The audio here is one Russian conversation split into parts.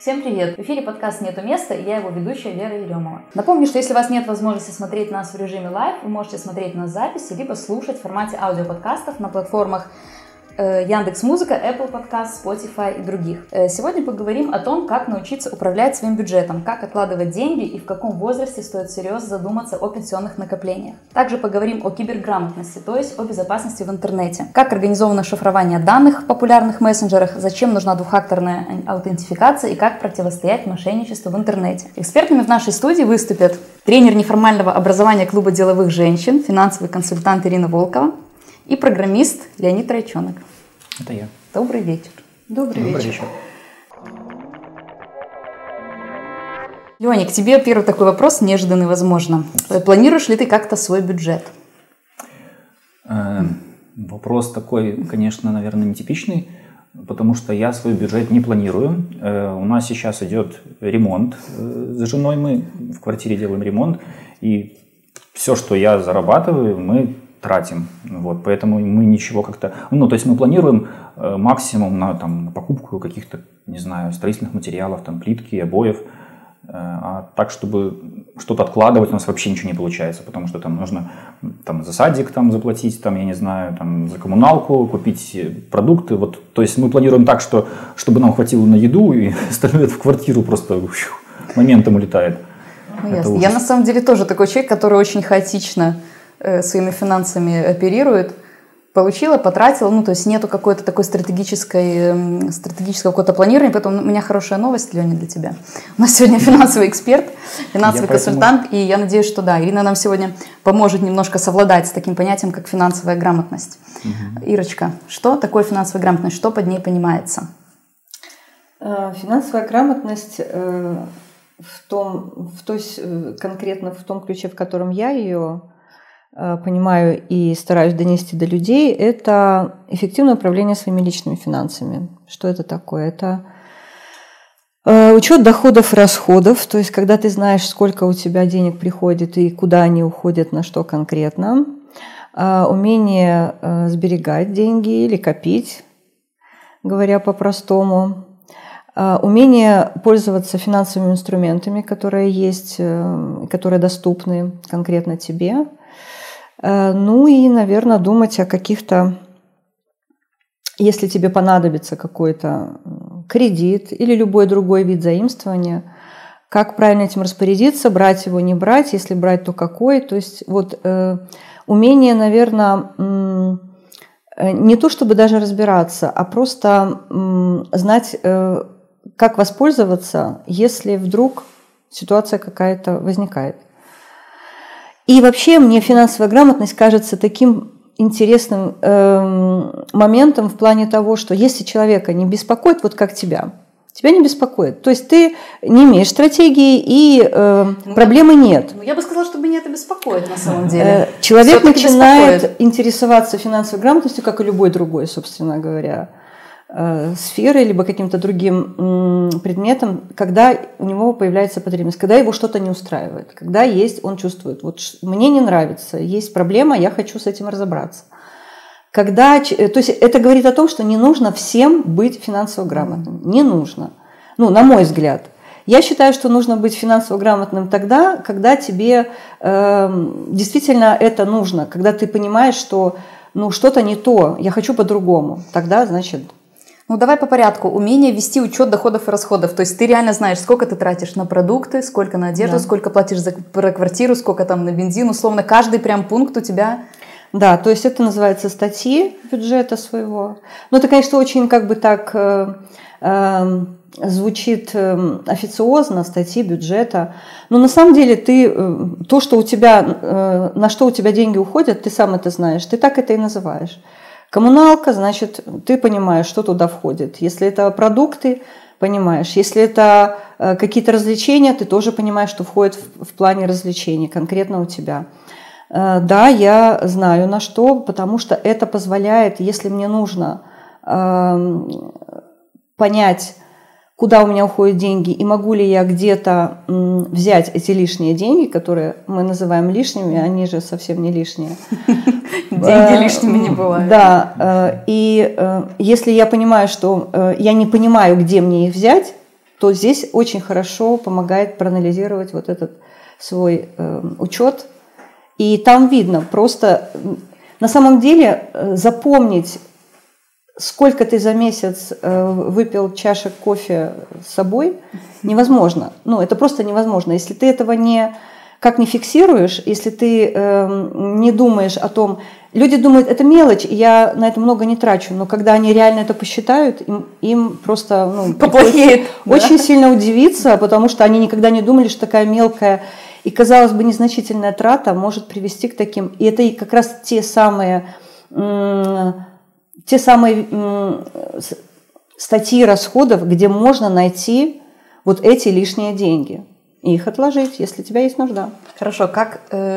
Всем привет! В эфире подкаст «Нету места» и я его ведущая Вера Еремова. Напомню, что если у вас нет возможности смотреть нас в режиме лайв, вы можете смотреть нас в записи, либо слушать в формате аудиоподкастов на платформах Яндекс.Музыка, Apple Podcast, Spotify и других. Сегодня поговорим о том, как научиться управлять своим бюджетом, как откладывать деньги и в каком возрасте стоит серьезно задуматься о пенсионных накоплениях. Также поговорим о киберграмотности, то есть о безопасности в интернете. Как организовано шифрование данных в популярных мессенджерах, зачем нужна двухфакторная аутентификация и как противостоять мошенничеству в интернете. Экспертами в нашей студии выступят тренер неформального образования клуба деловых женщин, финансовый консультант Ирина Волкова и программист Леонид Райчонок. Это я. Добрый вечер. Добрый вечер. Леня, к тебе первый такой вопрос, неожиданный, возможно. Планируешь ли ты как-то свой бюджет? Вопрос такой, конечно, наверное, нетипичный, потому что я свой бюджет не планирую. У нас сейчас идет ремонт с женой, мы в квартире делаем ремонт, и все, что я зарабатываю, мы тратим. Вот, поэтому мы ничего как-то... то есть мы планируем максимум на покупку каких-то, не знаю, строительных материалов, плитки, обоев. А так, чтобы что-то откладывать, у нас вообще ничего не получается, потому что нужно за садик заплатить, я не знаю, за коммуналку, купить продукты. Вот, то есть мы планируем так, чтобы нам хватило на еду, и остальное в квартиру просто моментом улетает. Я на самом деле тоже такой человек, который очень хаотично своими финансами оперирует. Получила, потратила, то есть нету какой-то такой стратегического какого-то планирования, поэтому у меня хорошая новость, Леня, для тебя. У нас сегодня финансовый эксперт, финансовый консультант, и я надеюсь, что да, Ирина нам сегодня поможет немножко совладать с таким понятием, как финансовая грамотность. Ирочка, что такое финансовая грамотность, что под ней понимается? Финансовая грамотность конкретно в том ключе, в котором я ее понимаю и стараюсь донести до людей, это эффективное управление своими личными финансами. Что это такое? Это учет доходов и расходов, то есть когда ты знаешь, сколько у тебя денег приходит и куда они уходят, на что конкретно. Умение сберегать деньги или копить, говоря по-простому. Умение пользоваться финансовыми инструментами, которые есть, которые доступны конкретно тебе. И, наверное, думать о каких-то, если тебе понадобится какой-то кредит или любой другой вид заимствования, как правильно этим распорядиться, брать его, не брать, если брать, то какой. То есть умение, наверное, не то чтобы даже разбираться, а просто знать, как воспользоваться, если вдруг ситуация какая-то возникает. И вообще мне финансовая грамотность кажется таким интересным моментом в плане того, что если человека не беспокоит, вот как тебя не беспокоит. То есть ты не имеешь стратегии и проблемы нет. Я бы сказала, что меня это беспокоит на самом деле. Человек начинает интересоваться финансовой грамотностью, как и любой другой, собственно говоря, сферой, либо каким-то другим предметом, когда у него появляется потребность, когда его что-то не устраивает, когда он чувствует, мне не нравится, есть проблема, я хочу с этим разобраться. То есть это говорит о том, что не нужно всем быть финансово грамотным. Не нужно. На мой взгляд. Я считаю, что нужно быть финансово грамотным тогда, когда тебе действительно это нужно, когда ты понимаешь, что что-то не то, я хочу по-другому. Тогда, значит... давай по порядку. Умение вести учет доходов и расходов. То есть ты реально знаешь, сколько ты тратишь на продукты, сколько на одежду, сколько платишь за квартиру, сколько на бензин. Условно, каждый прям пункт у тебя... Да, то есть это называется статьи бюджета своего. Это, конечно, очень звучит официозно, статьи бюджета. Но на самом деле на что у тебя деньги уходят, ты сам это знаешь, ты так это и называешь. Коммуналка, значит, ты понимаешь, что туда входит. Если это продукты, понимаешь. Если это какие-то развлечения, ты тоже понимаешь, что входит в плане развлечений конкретно у тебя. Да, я знаю на что, потому что это позволяет, если мне нужно понять, куда у меня уходят деньги, и могу ли я где-то взять эти лишние деньги, которые мы называем лишними, они же совсем не лишние. Деньги лишними не бывают. Да, и если я понимаю, что я не понимаю, где мне их взять, то здесь очень хорошо помогает проанализировать вот этот свой учет. И там видно просто, на самом деле, запомнить, сколько ты за месяц выпил чашек кофе с собой, невозможно. Ну, это просто невозможно. Если ты этого не фиксируешь, если ты не думаешь о том... Люди думают, это мелочь, я на это много не трачу, но когда они реально это посчитают, им просто поплохеет, очень сильно удивиться, потому что они никогда не думали, что такая мелкая и, казалось бы, незначительная трата может привести к таким... И это как раз те самые статьи расходов, где можно найти вот эти лишние деньги и их отложить, если у тебя есть нужда. Хорошо, как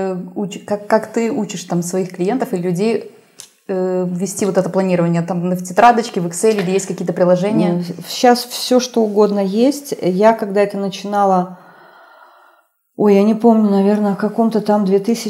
ты учишь там своих клиентов или людей вести вот это планирование? Там в тетрадочке, в Excel или есть какие-то приложения? Сейчас все, что угодно есть. Я, когда это начинала... я не помню, наверное, в каком-то там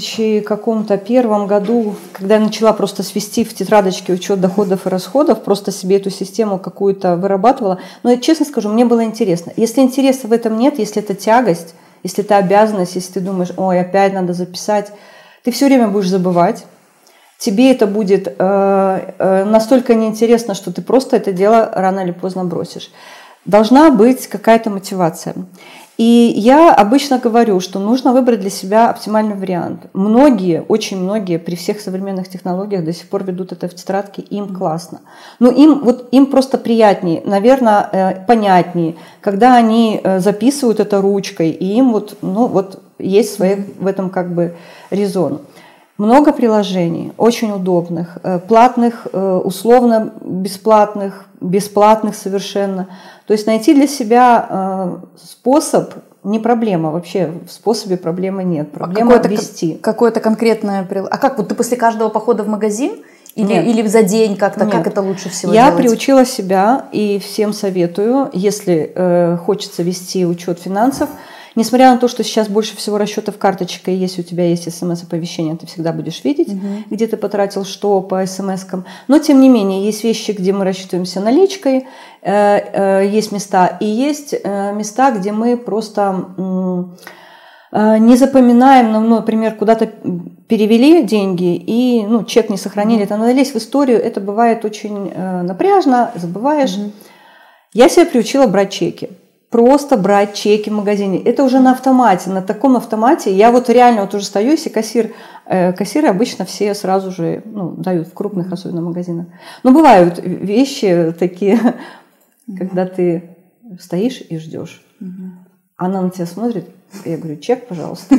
2001 году, когда я начала просто свести в тетрадочке учет доходов и расходов, просто себе эту систему какую-то вырабатывала. Но я честно скажу, мне было интересно. Если интереса в этом нет, если это тягость, если это обязанность, если ты думаешь, опять надо записать, ты все время будешь забывать. Тебе это будет настолько неинтересно, что ты просто это дело рано или поздно бросишь. Должна быть какая-то мотивация. И я обычно говорю, что нужно выбрать для себя оптимальный вариант. Очень многие при всех современных технологиях до сих пор ведут это в тетрадке, и им классно. Но им просто приятнее, наверное, понятнее, когда они записывают это ручкой, и им есть в этом как бы резон. Много приложений, очень удобных, платных, условно бесплатных, бесплатных совершенно. То есть найти для себя способ не проблема. Вообще в способе проблемы нет. Проблема вести. Какое-то конкретное приложение. А как? Вот ты после каждого похода в магазин? Или за день как-то? Нет. Как это лучше всего делать? Я приучила себя и всем советую, если хочется вести учет финансов, несмотря на то, что сейчас больше всего расчетов карточкой, если у тебя есть смс-оповещение, ты всегда будешь видеть, где ты потратил что по смс-кам. Но, тем не менее, есть вещи, где мы рассчитываемся наличкой, есть места, и есть места, где мы просто не запоминаем, например, куда-то перевели деньги и чек не сохранили, это надо лезть в историю, это бывает очень напряжно, забываешь. Я себя приучила брать чеки. Просто брать чеки в магазине. Это уже на автомате, на таком автомате. Я реально уже стою, если кассиры обычно все сразу же дают в крупных, особенно магазинах. Но бывают вещи такие, когда ты стоишь и ждешь. Она на тебя смотрит, я говорю, чек, пожалуйста.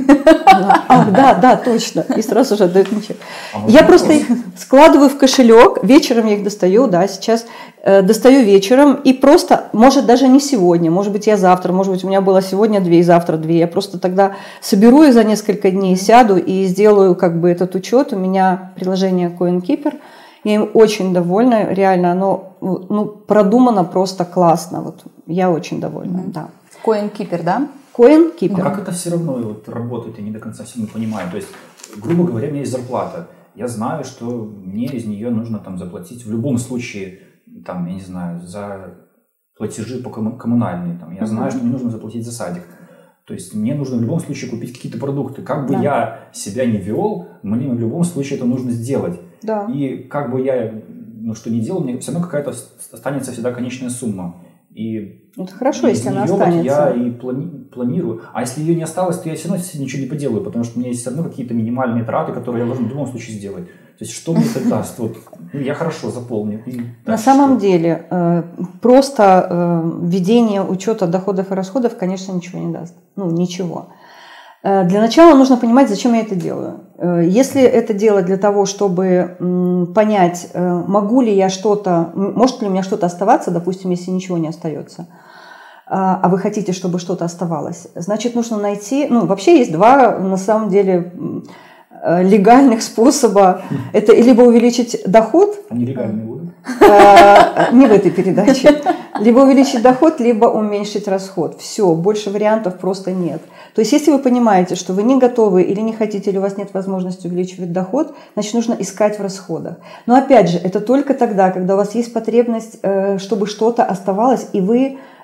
Да, точно. И сразу же отдают мне чек. Я просто их складываю в кошелек, вечером я их достаю, сейчас достаю вечером, и просто, может, даже не сегодня, может быть, я завтра, может быть, у меня было сегодня 2 и завтра 2. Я просто тогда соберу их за несколько дней, сяду и сделаю этот учет. У меня приложение CoinKeeper, я им очень довольна, реально, оно продумано просто классно. Я очень довольна, да. CoinKeeper, да? CoinKeeper. Как это все равно работает, я не до конца все не понимаю. То есть, грубо говоря, у меня есть зарплата. Я знаю, что мне из нее нужно заплатить в любом случае, я не знаю, за платежи коммунальные. Я знаю, что мне нужно заплатить за садик. То есть мне нужно в любом случае купить какие-то продукты. Как бы я себя не вел, мне в любом случае это нужно сделать. Да. И как бы я что не делал, мне все равно какая-то останется всегда конечная сумма. И это хорошо, если она останется. Я и планирую. А если ее не осталось, то я все равно ничего не поделаю, потому что у меня есть все равно какие-то минимальные траты, которые я должен в любом случае сделать. То есть что мне это даст? Я хорошо заполню. На самом деле, просто введение учета доходов и расходов, конечно, ничего не даст. Ничего. Для начала нужно понимать, зачем я это делаю. Если это делать для того, чтобы понять, могу ли я может ли у меня что-то оставаться, допустим, если ничего не остается, а вы хотите, чтобы что-то оставалось, значит, нужно найти... вообще есть 2, на самом деле, легальных способа. Это либо увеличить доход... Они легальные будут? Не в этой передаче. Либо увеличить доход, либо уменьшить расход. Все, больше вариантов просто нет. То есть, если вы понимаете, что вы не готовы или не хотите, или у вас нет возможности увеличивать доход, значит, нужно искать в расходах. Но опять же, это только тогда, когда у вас есть потребность, чтобы что-то оставалось, и вы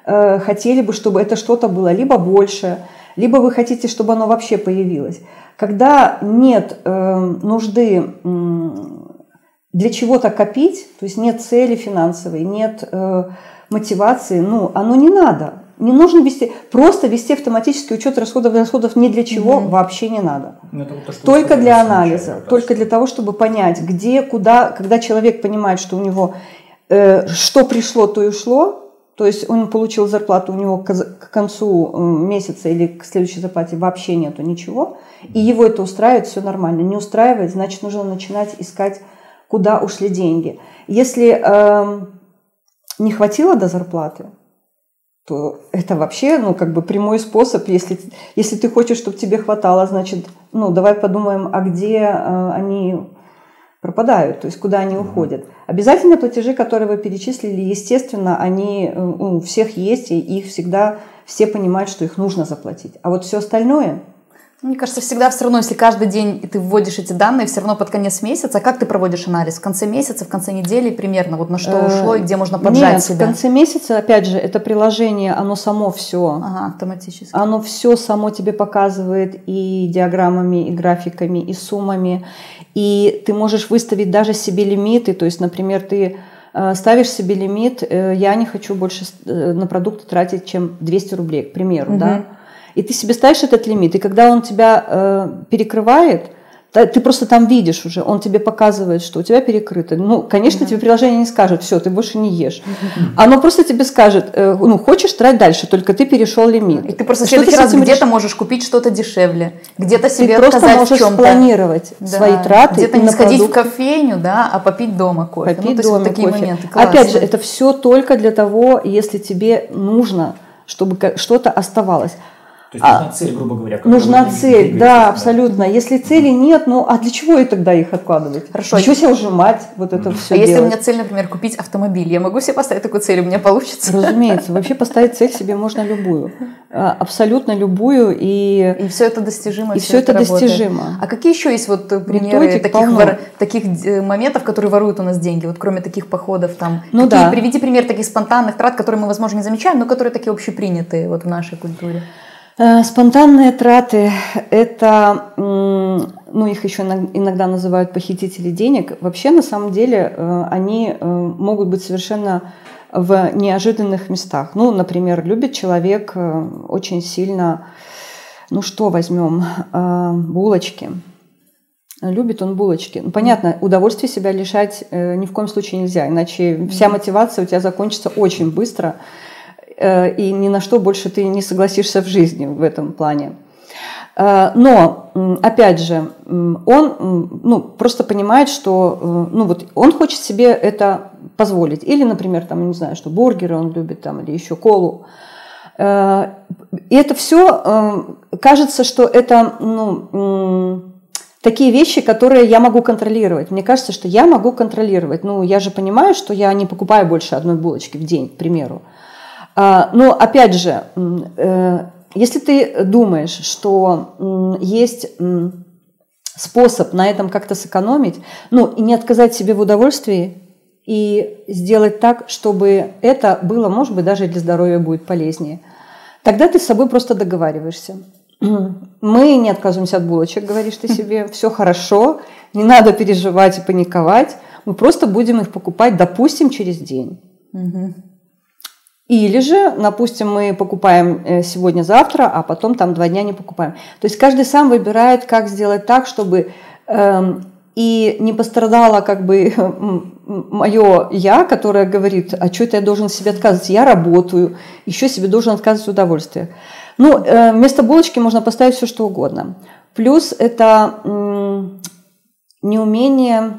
хотели бы, чтобы это что-то было либо больше, либо вы хотите, чтобы оно вообще появилось. Когда нет нужды для чего-то копить, то есть нет цели финансовой, нет мотивации, оно не надо. Не нужно вести, просто вести автоматический учет расходов и расходов ни для чего вообще не надо. Только для анализа, только для того, чтобы понять, где, куда, когда человек понимает, что у него что пришло, то и ушло, то есть он получил зарплату, у него к концу месяца или к следующей зарплате вообще нету ничего, и его это устраивает, все нормально. Не устраивает, значит, нужно начинать искать, куда ушли деньги. Если не хватило до зарплаты, то это вообще, прямой способ. Если ты хочешь, чтобы тебе хватало, значит, давай подумаем, а где они пропадают, то есть куда они уходят. Обязательно платежи, которые вы перечислили, естественно, они у всех есть, и их всегда все понимают, что их нужно заплатить. А вот все остальное... Мне кажется, всегда все равно, если каждый день ты вводишь эти данные, все равно под конец месяца, как ты проводишь анализ? В конце месяца, в конце недели примерно, вот на что ушло и где можно поджать себя? В конце месяца, опять же, это приложение, оно само все. Автоматически. Оно все само тебе показывает и диаграммами, и графиками, и суммами. И ты можешь выставить даже себе лимиты, то есть, например, ты ставишь себе лимит, я не хочу больше на продукты тратить, чем 200 рублей, к примеру, да? И ты себе ставишь этот лимит, и когда он тебя перекрывает, ты просто там видишь уже, он тебе показывает, что у тебя перекрыто. Конечно, тебе приложение не скажет, все, ты больше не ешь. Оно просто тебе скажет, хочешь, трать дальше, только ты перешел лимит. И ты просто в следующий раз где-то можешь купить что-то дешевле, где-то себе ты отказать просто в чем-то. можешь спланировать свои траты. Где-то не сходить в кофейню, а попить дома кофе. Попить дома вот такие кофе. моменты. Классно. Опять же, это все только для того, если тебе нужно, чтобы что-то оставалось. То есть нужна цель, грубо говоря. Нужна цель, да, абсолютно. Если цели нет, а для чего и тогда их откладывать? Хорошо. Еще себя ужимать, вот это все если делать. у меня цель, например, купить автомобиль, я могу себе поставить такую цель, у меня получится? Разумеется. Вообще поставить цель себе можно любую. Абсолютно любую. И все это достижимо. И все это достижимо. А какие еще есть примеры таких моментов, которые воруют у нас деньги? Вот кроме таких походов там. Приведи пример таких спонтанных трат, которые мы, возможно, не замечаем, но которые такие общепринятые в нашей культуре. Спонтанные траты – это, их еще иногда называют похитители денег. Вообще, на самом деле, они могут быть совершенно в неожиданных местах. Например, любит человек очень сильно, что возьмем, булочки. Любит он булочки. Понятно, удовольствия себя лишать ни в коем случае нельзя, иначе вся мотивация у тебя закончится очень быстро. И ни на что больше ты не согласишься в жизни в этом плане. Но, опять же, он просто понимает, что он хочет себе это позволить. Или, например, что бургеры он любит, или еще колу. И это все, кажется, что это такие вещи, которые я могу контролировать. Мне кажется, что я могу контролировать. Я же понимаю, что я не покупаю больше одной булочки в день, к примеру. Но, опять же, если ты думаешь, что есть способ на этом как-то сэкономить, и не отказать себе в удовольствии, и сделать так, чтобы это было, может быть, даже и для здоровья будет полезнее, тогда ты с собой просто договариваешься. Мы не отказываемся от булочек, говоришь ты себе, все хорошо, не надо переживать и паниковать, мы просто будем их покупать, допустим, через день. Или же, допустим, мы покупаем сегодня-завтра, а потом 2 дня не покупаем. То есть каждый сам выбирает, как сделать так, чтобы и не пострадало мое я, которое говорит, а что это я должен себе отказывать? Я работаю, еще себе должен отказывать в удовольствиях. Вместо булочки можно поставить все, что угодно. Плюс это неумение,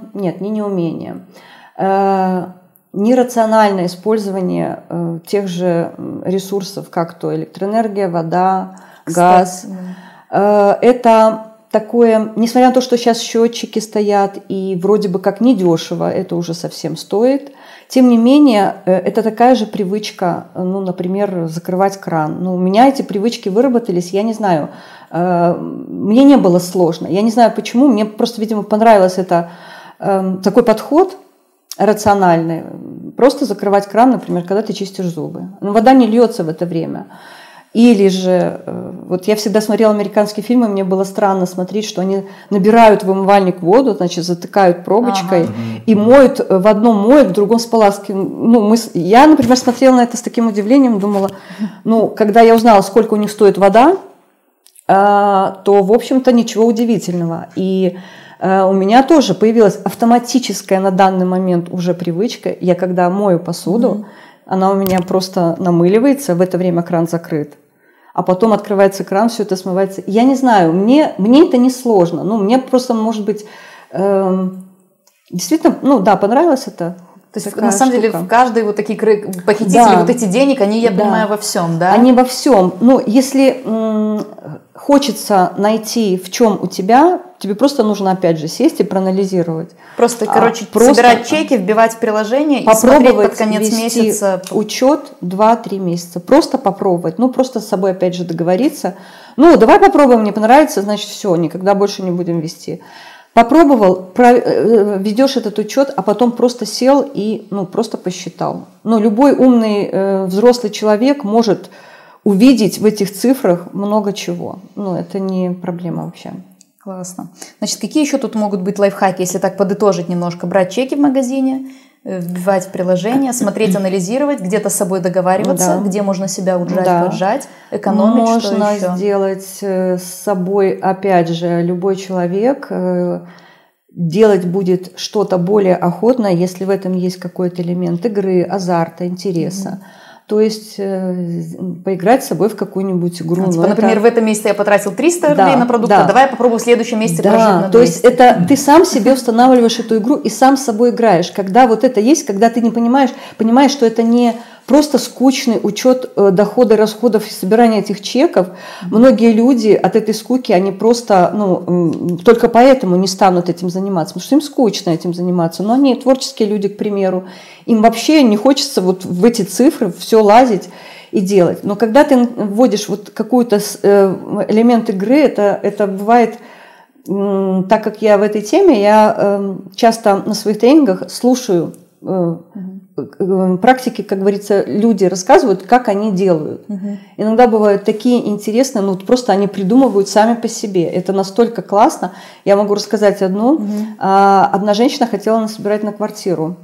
нерациональное использование тех же ресурсов, как то электроэнергия, вода, газ. Это такое, несмотря на то, что сейчас счетчики стоят и вроде бы как недешево, это уже совсем стоит, тем не менее, это такая же привычка, например, закрывать кран. У меня эти привычки выработались, я не знаю, мне не было сложно, я не знаю почему, мне просто, видимо, понравился такой подход рациональный. Просто закрывать кран, например, когда ты чистишь зубы. Но вода не льется в это время. Или же, вот я всегда смотрела американские фильмы, мне было странно смотреть, что они набирают в умывальник воду, значит, затыкают пробочкой и моют, в одном моют, в другом споласкивают. Я, например, смотрела на это с таким удивлением, думала, когда я узнала, сколько у них стоит вода, то, в общем-то, ничего удивительного. И у меня тоже появилась автоматическая на данный момент уже привычка, я когда мою посуду, она у меня просто намыливается, в это время кран закрыт. А потом открывается кран, все это смывается. Я не знаю, мне это не сложно. Мне просто, может быть, действительно, понравилось это. То есть, на самом деле, в каждой вот такие похитители вот эти денег, они, я понимаю, во всем, да? Они во всем. Если хочется найти, в чем у тебя, тебе просто нужно, опять же, сесть и проанализировать. Просто, собирать чеки, вбивать в приложение и смотреть под конец месяца. Учет 2-3 месяца. Просто попробовать. Просто с собой, опять же, договориться. Давай попробуем, мне понравится, значит, все, никогда больше не будем вести. Попробовал, ведешь этот учет, а потом просто сел и просто посчитал. Любой умный взрослый человек может увидеть в этих цифрах много чего. Это не проблема вообще. Классно. Значит, какие еще тут могут быть лайфхаки, если так подытожить немножко? Брать чеки в магазине, вбивать в приложение, смотреть, анализировать, где-то с собой договариваться, где можно себя поджать, экономить, можно что еще? Можно сделать с собой, опять же, любой человек делать будет что-то более охотно, если в этом есть какой-то элемент игры, азарта, интереса. То есть поиграть с собой в какую-нибудь игру. Например, в этом месяце я потратил 300 рублей на продукты, давай я попробую в следующем месяце прожить на 200. То есть это ты сам себе устанавливаешь эту игру и сам с собой играешь. Когда вот это есть, когда ты не понимаешь, что это не просто скучный учет доходов и расходов и собирания этих чеков. Многие люди от этой скуки, они просто, только поэтому не станут этим заниматься, потому что им скучно этим заниматься. Но они творческие люди, к примеру. Им вообще не хочется вот в эти цифры все лазить и делать. Но когда ты вводишь вот какой-то элемент игры, это бывает, так как я в этой теме, я часто на своих тренингах слушаю практики, как говорится, люди рассказывают, как они делают. Иногда бывают такие интересные, просто они придумывают сами по себе. Это настолько классно. Я могу рассказать одну. Одна женщина хотела насобирать на квартиру.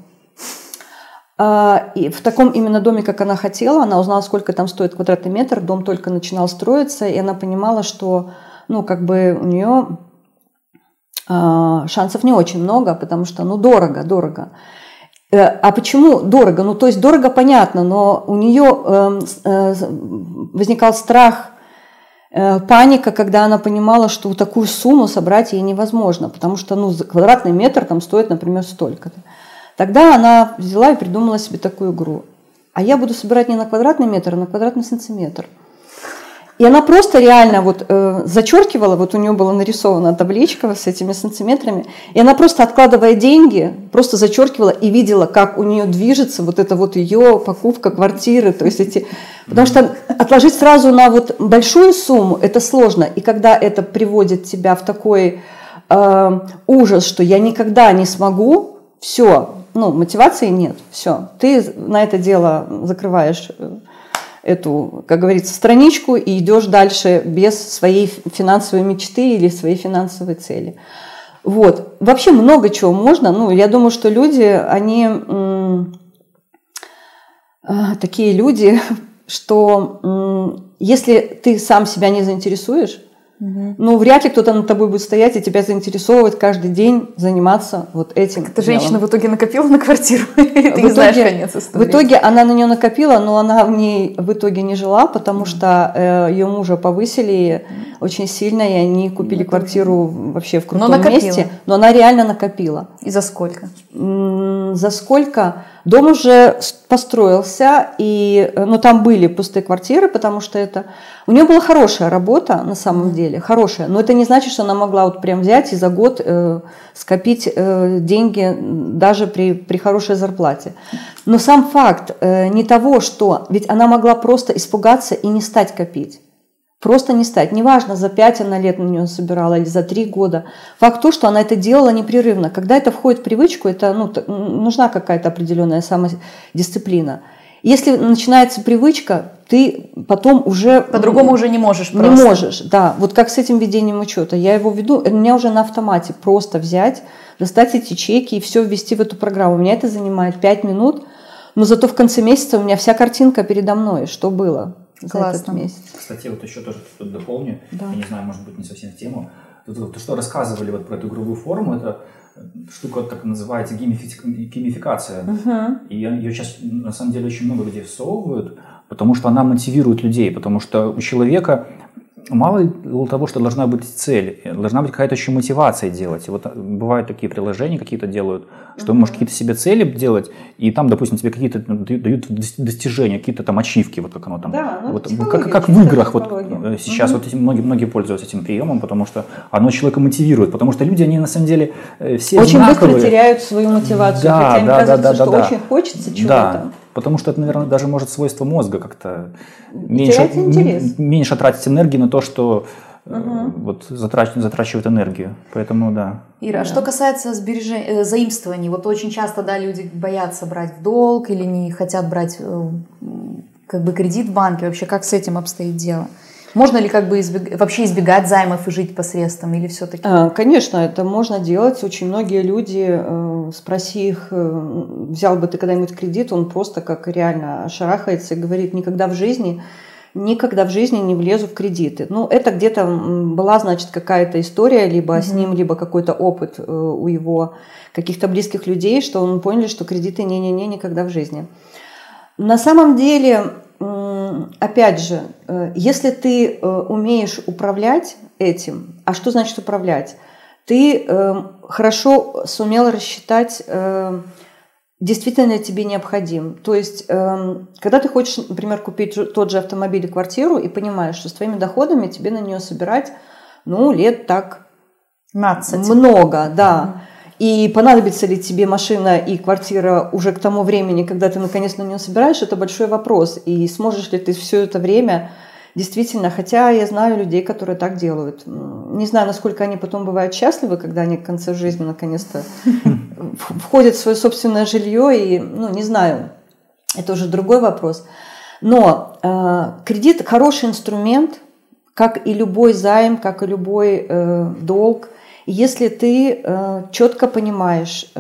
И в таком именно доме, как она хотела, она узнала, сколько там стоит квадратный метр, дом только начинал строиться, и она понимала, что у нее шансов не очень много, потому что дорого. А почему дорого? То есть дорого понятно, но у нее возникал страх, паника, когда она понимала, что такую сумму собрать ей невозможно, потому что квадратный метр там стоит, например, столько-то. Тогда она взяла и придумала себе такую игру. А я буду собирать не на квадратный метр, а на квадратный сантиметр. И она просто реально зачеркивала, у нее была нарисована табличка с этими сантиметрами, и она просто, откладывая деньги, просто зачеркивала и видела, как у нее движется ее покупка квартиры. То есть потому что отложить сразу на большую сумму – это сложно. И когда это приводит тебя в такой ужас, что я никогда не смогу, все, мотивации нет, все. Ты на это дело закрываешь эту, как говорится, страничку и идешь дальше без своей финансовой мечты или своей финансовой цели. Вообще много чего можно. Я думаю, что люди, они такие люди, что если ты сам себя не заинтересуешь, вряд ли кто-то над тобой будет стоять и тебя заинтересовывать каждый день заниматься этим. Эта женщина в итоге накопила на квартиру? Или ты не знаешь конец истории? В итоге она на нее накопила, но она в ней в итоге не жила, потому что ее мужа повысили очень сильно, и они купили квартиру вообще в крутом месте. Но она реально накопила. И за сколько? За сколько? Дом уже построился, и, там были пустые квартиры, потому что у нее была хорошая работа на самом деле, хорошая, но это не значит, что она могла прям взять и за год скопить деньги даже при хорошей зарплате. Но сам факт не того, что ведь она могла просто испугаться и не стать копить. Просто не стать. Неважно, за 5 она лет на нее собирала или за 3 года. Факт то, что она это делала непрерывно. Когда это входит в привычку, это нужна какая-то определенная самодисциплина. Если начинается привычка, ты потом уже... По-другому уже не можешь просто. Не можешь, да. Вот как с этим ведением учета. Я его веду, у меня уже на автомате просто взять, достать эти чеки и все ввести в эту программу. У меня это занимает 5 минут, но зато в конце месяца у меня вся картинка передо мной, что было. За этот месяц. Кстати, вот еще тоже тут дополню, да. Я не знаю, может быть, не совсем в тему. То, что рассказывали вот про эту игровую форму, это штука так называется геймификация. И ее сейчас на самом деле очень много где всовывают, потому что она мотивирует людей, потому что у человека мало того, что должна быть цель, должна быть какая-то еще мотивация делать. И вот бывают такие приложения какие-то делают, что можешь какие-то себе цели делать, и там, допустим, тебе какие-то дают достижения, какие-то там ачивки, вот как оно там. Да, вот, как в играх. Вот сейчас вот многие пользуются этим приемом, потому что оно человека мотивирует, потому что люди, они на самом деле все очень знаковые. Быстро теряют свою мотивацию, хотя им кажется, что очень хочется чего-то. Да. Потому что это, наверное, даже может свойство мозга как-то меньше тратить энергии на то, что вот затрачивает энергию. Поэтому да. Ира, а что касается заимствований, вот очень часто, да, люди боятся брать в долг или не хотят брать как бы кредит в банке. Вообще, как с этим обстоит дело? Можно ли как бы вообще избегать займов и жить посредством, или все-таки? Конечно, это можно делать. Очень многие люди, спроси их, взял бы ты когда-нибудь кредит, он просто как реально шарахается и говорит, никогда в жизни не влезу в кредиты. Ну, это где-то была, значит, какая-то история, либо с ним, либо какой-то опыт у его каких-то близких людей, что он поняли, что кредиты не-не-не, никогда в жизни. На самом деле... Опять же, если ты умеешь управлять этим, а что значит управлять? Ты хорошо сумел рассчитать, действительно ли тебе необходим. То есть, когда ты хочешь, например, купить тот же автомобиль и квартиру, и понимаешь, что с твоими доходами тебе на нее собирать, лет так 15. Много, да. И понадобится ли тебе машина и квартира уже к тому времени, когда ты наконец на нее собираешь, это большой вопрос. И сможешь ли ты все это время действительно, хотя я знаю людей, которые так делают. Не знаю, насколько они потом бывают счастливы, когда они к концу жизни наконец-то входят в свое собственное жилье, и, не знаю, это уже другой вопрос. Но кредит – хороший инструмент, как и любой займ, как и любой долг. Если ты четко понимаешь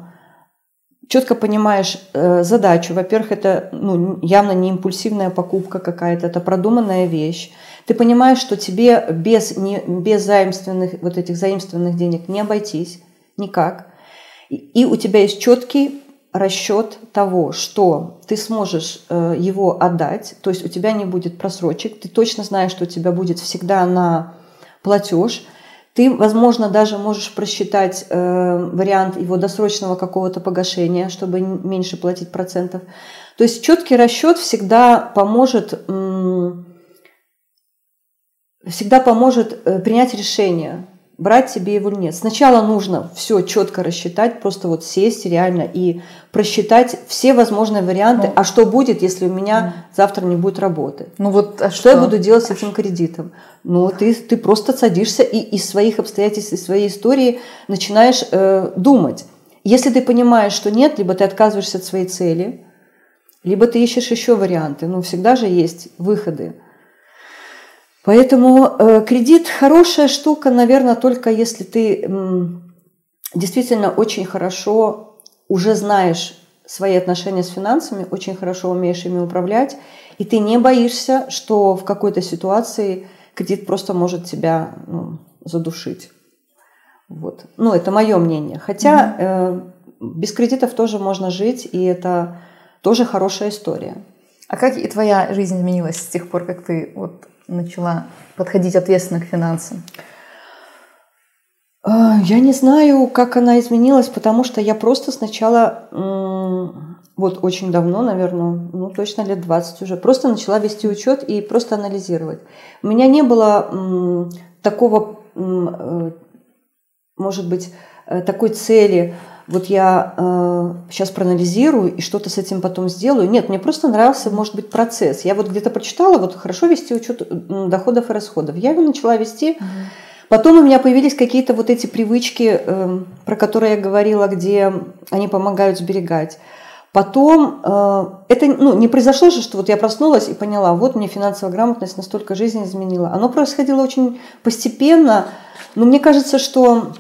задачу, во-первых, это явно не импульсивная покупка какая-то, это продуманная вещь. Ты понимаешь, что тебе без заимственных, вот этих заимствованных денег не обойтись никак. И у тебя есть четкий расчет того, что ты сможешь его отдать, то есть у тебя не будет просрочек, ты точно знаешь, что у тебя будет всегда на платеж. Ты, возможно, даже можешь просчитать вариант его досрочного какого-то погашения, чтобы меньше платить процентов. То есть четкий расчет всегда поможет принять решение, брать тебе его или нет. Сначала нужно все четко рассчитать, просто вот сесть реально и просчитать все возможные варианты. А что будет, если у меня завтра не будет работы? Что я буду делать с этим кредитом? Ты просто садишься и из своих обстоятельств, из своей истории начинаешь думать. Если ты понимаешь, что нет, либо ты отказываешься от своей цели, либо ты ищешь еще варианты. Всегда же есть выходы. Поэтому кредит хорошая штука, наверное, только если ты действительно очень хорошо уже знаешь свои отношения с финансами, очень хорошо умеешь ими управлять, и ты не боишься, что в какой-то ситуации кредит просто может тебя задушить. Вот. Это мое мнение. Хотя без кредитов тоже можно жить, и это тоже хорошая история. А как и твоя жизнь изменилась с тех пор, как ты начала подходить ответственно к финансам? Я не знаю, как она изменилась, потому что я просто сначала, очень давно, наверное, точно лет 20 уже, просто начала вести учет и просто анализировать. У меня не было такого, может быть, такой цели вот я сейчас проанализирую и что-то с этим потом сделаю. Нет, мне просто нравился, может быть, процесс. Я вот где-то прочитала, вот хорошо вести учет доходов и расходов. Я его начала вести. Потом у меня появились какие-то вот эти привычки, про которые я говорила, где они помогают сберегать. Потом это не произошло же, что вот я проснулась и поняла, вот мне финансовая грамотность настолько жизнь изменила. Оно происходило очень постепенно, но мне кажется, что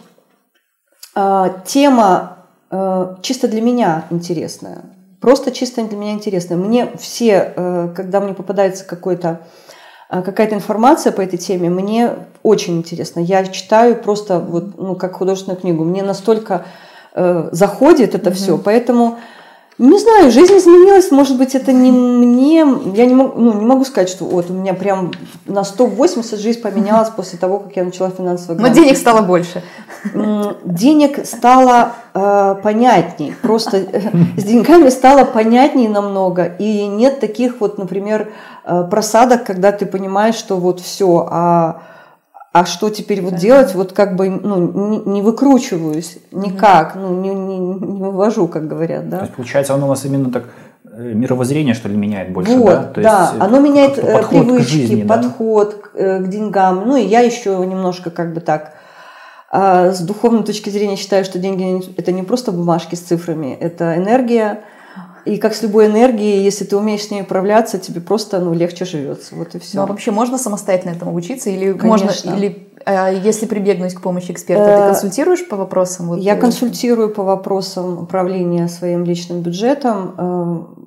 тема чисто для меня интересная. Просто чисто для меня интересная. Мне все, когда мне попадается какая-то информация по этой теме, мне очень интересно. Я читаю просто вот, как художественную книгу. Мне настолько заходит это все, поэтому не знаю, жизнь изменилась, может быть, это не мне, я не могу сказать, что вот у меня прям на 180 жизнь поменялась после того, как я начала финансовую грамотность. Но денег стало больше. Денег стало понятней, просто с деньгами стало понятней намного, и нет таких вот, например, просадок, когда ты понимаешь, что вот все, а что теперь вот делать, вот как бы не выкручиваюсь никак, не вывожу, как говорят, да. То есть, получается, оно у вас именно так мировоззрение, что ли, меняет больше, вот, да? То да, есть, оно меняет привычки, жизни, подход к деньгам. Ну и я еще немножко как бы так с духовной точки зрения считаю, что деньги – это не просто бумажки с цифрами, это энергия. И как с любой энергией, если ты умеешь с ней управляться, тебе просто легче живется. Вот и все. Ну а вообще можно самостоятельно этому учиться? Или Конечно. можно, или если прибегнуть к помощи эксперта, ты консультируешь по вопросам? Я консультирую по вопросам управления своим личным бюджетом.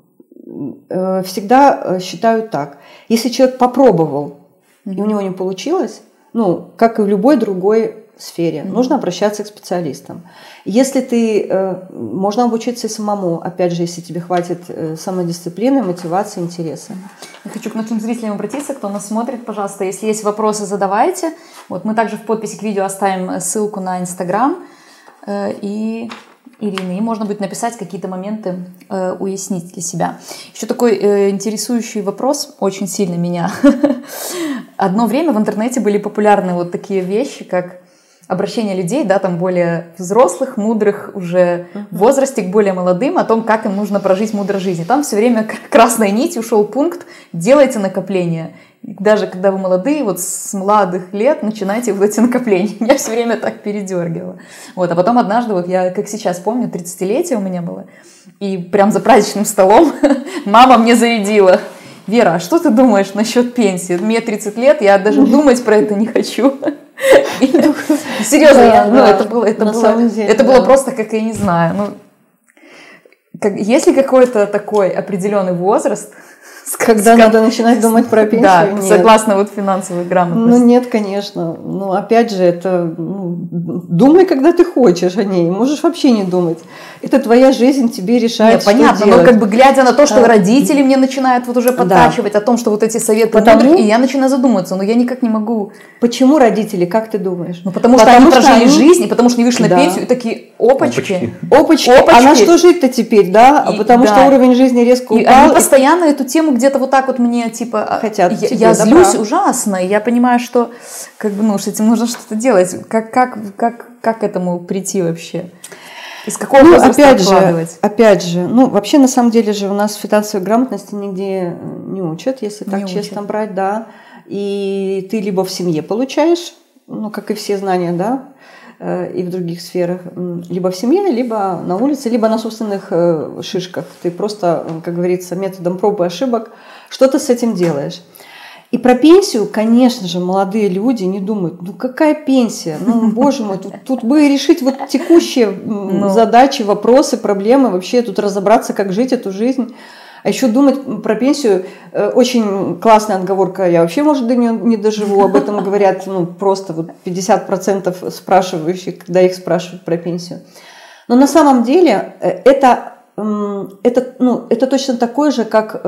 Всегда считаю так. Если человек попробовал, и у него не получилось, как и в любой другой сфере, нужно обращаться к специалистам. Если можно обучиться и самому, опять же, если тебе хватит самодисциплины, мотивации, интереса. Я хочу к нашим зрителям обратиться, кто нас смотрит, пожалуйста, если есть вопросы, задавайте. Вот мы также в подписи к видео оставим ссылку на Инстаграм и Ирины, и можно будет написать какие-то моменты, уяснить для себя. Еще такой интересующий вопрос, очень сильно меня. Одно время в интернете были популярны вот такие вещи, как обращение людей, да, там более взрослых, мудрых уже в возрасте, к более молодым, о том, как им нужно прожить мудро жизнь. Там все время красной нитью ушел пункт «делайте накопления». Даже когда вы молодые, вот с молодых лет начинайте вот эти накопления. Меня все время так передергивало. Вот, а потом однажды, вот я, как сейчас помню, 30-летие у меня было, и прям за праздничным столом мама мне зарядила: «Вера, а что ты думаешь насчет пенсии? Мне 30 лет, я даже думать про это не хочу». Серьезно, это было просто, как я не знаю. Есть ли какой-то такой определенный возраст, когда надо начинать думать про пенсию? Да, нет. Согласно вот финансовой грамотности. Нет, конечно. Опять же, это думай, когда ты хочешь о ней. Можешь вообще не думать. Это твоя жизнь, тебе решает, что понятно, делать. Но как бы глядя на то, что родители мне начинают вот уже подтачивать о том, что вот эти советы мудрых, и я начинаю задумываться, но я никак не могу. Почему родители, как ты думаешь? Потому что они прожили жизнь, и потому что они вышли на пенсию, и такие опачки. А на что жить-то теперь, да? Потому что уровень жизни резко упал. И они постоянно эту тему где-то вот так вот мне, типа, хотят. Я злюсь ужасно, и я понимаю, что как бы, с этим нужно что-то делать. Как к этому прийти вообще? Из какого возраста откладывать? Опять же, вообще на самом деле же у нас финансовой грамотности нигде не учат, если так честно брать, да. И ты либо в семье получаешь, как и все знания, да, и в других сферах, либо в семье, либо на улице, либо на собственных шишках. Ты просто, как говорится, методом проб и ошибок что-то с этим делаешь. И про пенсию, конечно же, молодые люди не думают, какая пенсия, боже мой, тут бы решить вот текущие задачи, вопросы, проблемы, вообще тут разобраться, как жить эту жизнь. А еще думать про пенсию, очень классная отговорка, я вообще, может, до нее не доживу, об этом говорят просто вот 50% спрашивающих, когда их спрашивают про пенсию. Но на самом деле это точно такое же, как...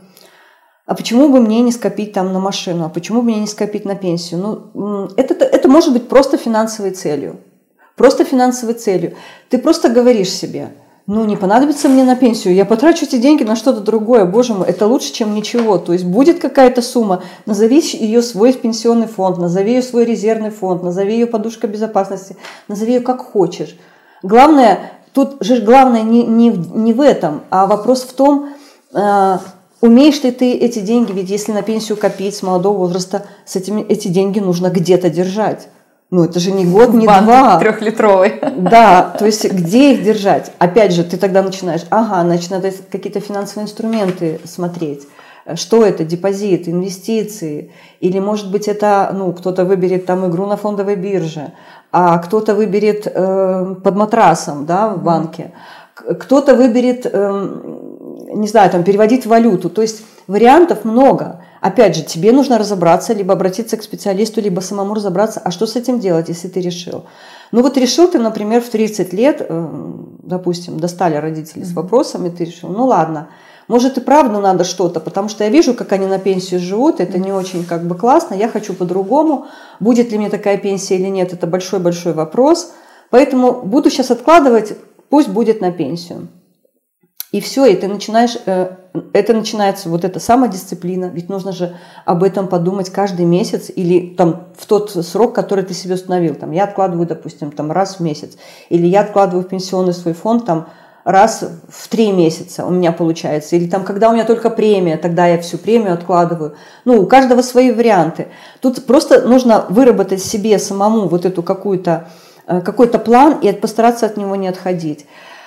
А почему бы мне не скопить там на машину? А почему бы мне не скопить на пенсию? Это может быть просто финансовой целью. Просто финансовой целью. Ты просто говоришь себе, не понадобится мне на пенсию, я потрачу эти деньги на что-то другое, боже мой, это лучше, чем ничего. То есть будет какая-то сумма, назови ее свой пенсионный фонд, назови ее свой резервный фонд, назови ее подушка безопасности, назови ее как хочешь. Главное, тут же главное не в этом, а вопрос в том, умеешь ли ты эти деньги, ведь если на пенсию копить с молодого возраста, эти деньги нужно где-то держать. Ну, это же не год, не два. 3-литровый. Да, то есть где их держать? Опять же, ты тогда начинаешь, значит, надо какие-то финансовые инструменты смотреть. Что это? Депозит, инвестиции? Или, может быть, это, кто-то выберет там игру на фондовой бирже, а кто-то выберет под матрасом, да, в банке. Кто-то выберет, не знаю, там, переводить валюту. То есть вариантов много. Опять же, тебе нужно разобраться, либо обратиться к специалисту, либо самому разобраться, а что с этим делать, если ты решил. Решил ты, например, в 30 лет, допустим, достали родители с вопросами, ты решил, ладно, может и правда надо что-то, потому что я вижу, как они на пенсию живут, это не очень классно, я хочу по-другому, будет ли мне такая пенсия или нет, это большой-большой вопрос, поэтому буду сейчас откладывать, пусть будет на пенсию. И все, и ты начинаешь, это начинается вот эта самодисциплина, ведь нужно же об этом подумать каждый месяц или там в тот срок, который ты себе установил. Там, я откладываю, допустим, раз в месяц, или я откладываю в пенсионный свой фонд раз в 3 месяца у меня получается, или когда у меня только премия, тогда я всю премию откладываю. У каждого свои варианты. Тут просто нужно выработать себе самому вот эту какой-то план и постараться от него не отходить.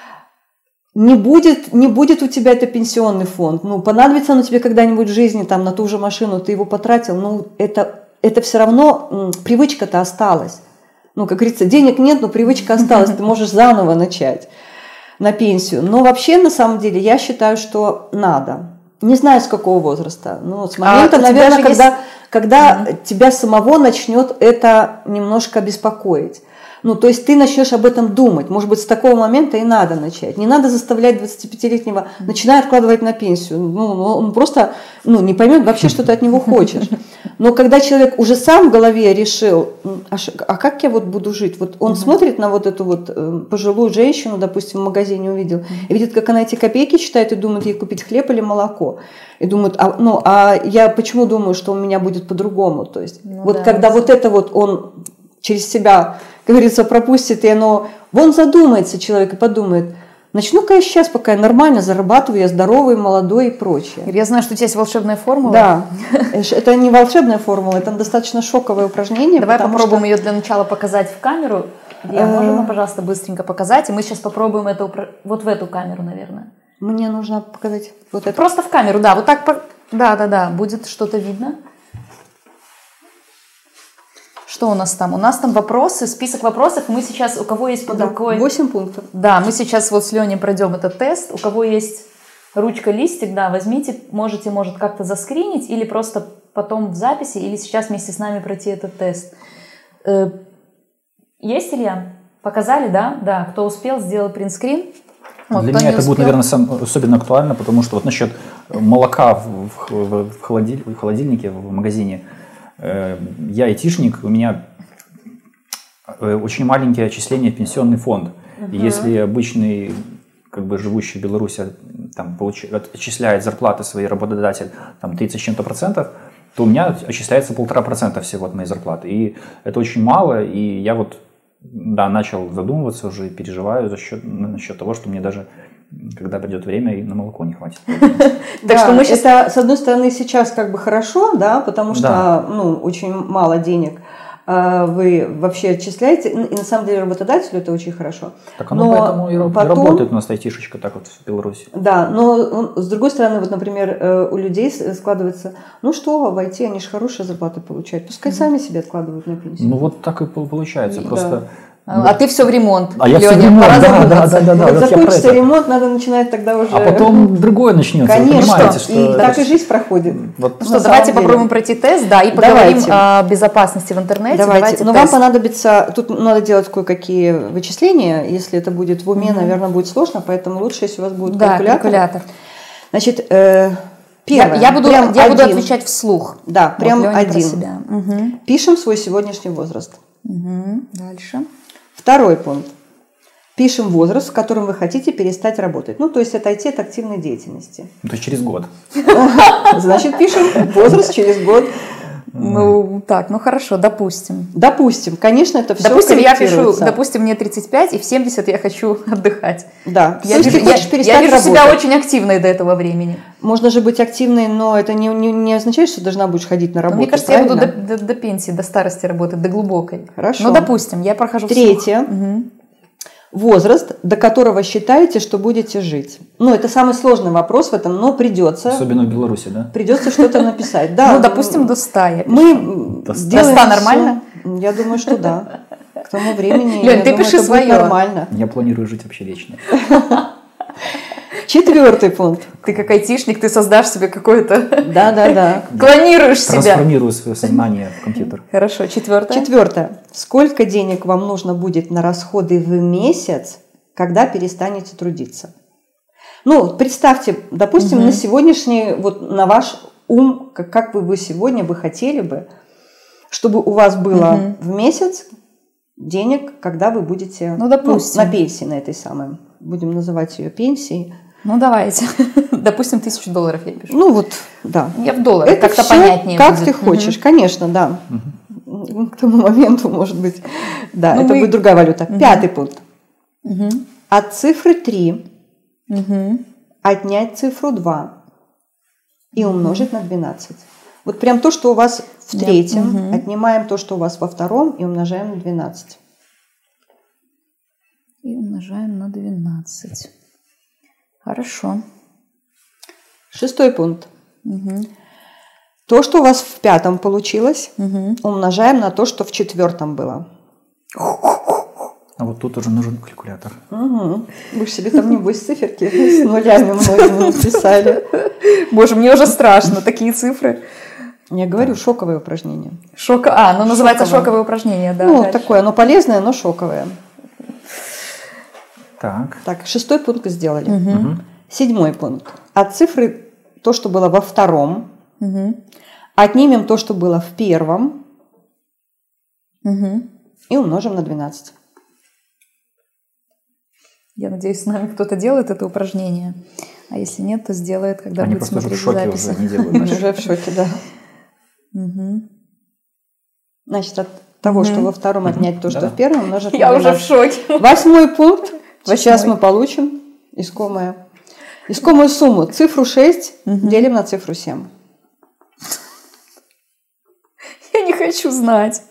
Не будет у тебя это пенсионный фонд. Понадобится оно тебе когда-нибудь в жизни, на ту же машину, ты его потратил. Это все равно привычка-то осталась. Как говорится, денег нет, но привычка осталась. Ты можешь заново начать на пенсию. Но вообще, на самом деле, я считаю, что надо. Не знаю, с какого возраста. С момента, наверное, когда тебя самого начнет это немножко беспокоить. То есть ты начнешь об этом думать. Может быть, с такого момента и надо начать. Не надо заставлять 25-летнего, начинай откладывать на пенсию. Он просто не поймет вообще, что ты от него хочешь. Но когда человек уже сам в голове решил, а как я буду жить? Он смотрит на эту пожилую женщину, допустим, в магазине увидел, и видит, как она эти копейки считает, и думает, ей купить хлеб или молоко. И думает, а я почему думаю, что у меня будет по-другому? То есть когда он через себя, как говорится, пропустит, и оно... задумается человек и подумает, начну-ка я сейчас, пока я нормально зарабатываю, я здоровый, молодой и прочее. Я знаю, что у тебя есть волшебная формула. Да, это не волшебная формула, это достаточно шоковое упражнение. Давай попробуем ее для начала показать в камеру. Можно, пожалуйста, быстренько показать, и мы сейчас попробуем это вот в эту камеру, наверное. Мне нужно показать вот это. Просто в камеру, да, вот так, да, будет что-то видно. Что у нас там? У нас там вопросы, список вопросов. Мы сейчас, у кого есть под рукой... 8 пунктов. Да, мы сейчас с Леней пройдем этот тест. У кого есть ручка, листик, да, возьмите, можете, может, как-то заскринить или просто потом в записи, или сейчас вместе с нами пройти этот тест. Есть, Илья? Показали, да? Да, кто успел, сделал принтскрин. Для меня это будет, наверное, особенно актуально, потому что насчет молока в холодильнике, в магазине. Я айтишник, у меня очень маленькие отчисления в пенсионный фонд. И если обычный, живущий в Беларуси, отчисляет зарплаты своей работодатель 30 с чем-то процентов, то у меня отчисляется 1,5% всего от моей зарплаты. И это очень мало, и я начал задумываться уже, переживаю насчет того, что мне даже, когда придет время, и на молоко не хватит. Так что мы сейчас... Это, с одной стороны, сейчас хорошо, да, потому что очень мало денег вы вообще отчисляете, и на самом деле работодателю это очень хорошо. Так оно поэтому и работает у нас айтишечка так в Беларуси. Да, но с другой стороны, например, у людей складывается, в IT они же хорошие зарплаты получают, пускай сами себе откладывают на пенсию. Так и получается, просто... А ты все в ремонт. А я все в ремонт, да. Закончится ремонт, надо начинать тогда уже... А потом другое начнется. Конечно, и так и жизнь проходит. Давайте попробуем пройти тест, да, и поговорим о безопасности в интернете. Давайте. Но вам понадобится, тут надо делать кое-какие вычисления, если это будет в уме, наверное, будет сложно, поэтому лучше, если у вас будет калькулятор. Значит, первое. Я буду отвечать вслух. Да, прям один. Пишем свой сегодняшний возраст. Дальше. Второй пункт. Пишем возраст, в котором вы хотите перестать работать. То есть отойти от активной деятельности. То есть через год. Значит, пишем возраст через год. Ну, так, ну хорошо, допустим. Допустим, конечно, это все Допустим, я пишу, корректируется. допустим, мне 35, и в 70 я хочу отдыхать. Да. Я То есть вижу, ты хочешь перестать я вижу себя работать. очень активной до этого времени. Можно же быть активной, но это не означает, что должна будешь ходить на Но работу. мне кажется, правильно? я буду до пенсии, до старости работать, до глубокой. Хорошо. Ну, допустим, я прохожу Третье. Угу. Возраст, до которого считаете, что будете жить. Ну, это самый сложный вопрос в этом, но придется. Особенно в Беларуси, да? Придется что-то написать. Да, Ну, допустим, до 100 я пишу. мы До 100. делаем До 100 всё. нормально? Я думаю, что да. К тому времени, Лёнь, я ты думаю, пиши это будет своё. нормально. Я планирую жить вообще вечно. 4 пункт. Ты как айтишник, ты создашь себе какое-то... Да. Клонируешь себя. Трансформирую свое сознание в компьютер. Хорошо, 4. 4. Сколько денег вам нужно будет на расходы в месяц, когда перестанете трудиться? Ну, представьте, допустим, на сегодняшний, вот на ваш ум, как вы сегодня бы хотели бы, чтобы у вас было в месяц денег, когда вы будете Ну, допустим. на пенсии, на этой самой, будем называть ее пенсией. Ну, давайте. Допустим, $1000 я пишу. Ну, вот, да. Я в долларах, Это как-то всё, понятнее как будет. ты хочешь, конечно, да. К тому моменту, может быть, да, Ну, это мы- будет другая валюта. 5 пункт. Мгм. От цифры 3 Мгм. отнять цифру 2 и умножить на 12. Вот прям то, что у вас в третьем, отнимаем то, что у вас во втором и умножаем на 12. И умножаем на 12. Хорошо. 6 пункт. То, что у вас в 5 получилось, умножаем на то, что в 4 было. А вот тут уже нужен калькулятор. Угу. Вы же себе там, небось, циферки с нулями многими написали. Боже, мне уже страшно, такие цифры. Я говорю, шоковое упражнение. Ну называется Шоковое. шоковое упражнение, да. Ну, дальше. такое, оно полезное, но шоковое. Так. Так, 6 пункт сделали. 7 пункт. От цифры то, что было во втором, отнимем то, что было в первом, и умножим на 12. Я надеюсь, с нами кто-то делает это упражнение. А если нет, то сделает, когда Они будет просто уже в смотреть шоке записи. уже не делают. знаешь. Уже в шоке, да. Значит, от того, что во втором отнять то, что Да. в первом, умножить на Я уже в 12. шоке. 8 пункт. Сейчас 8. мы получим искомую сумму. Цифру 6 делим на цифру 7. Я не хочу знать.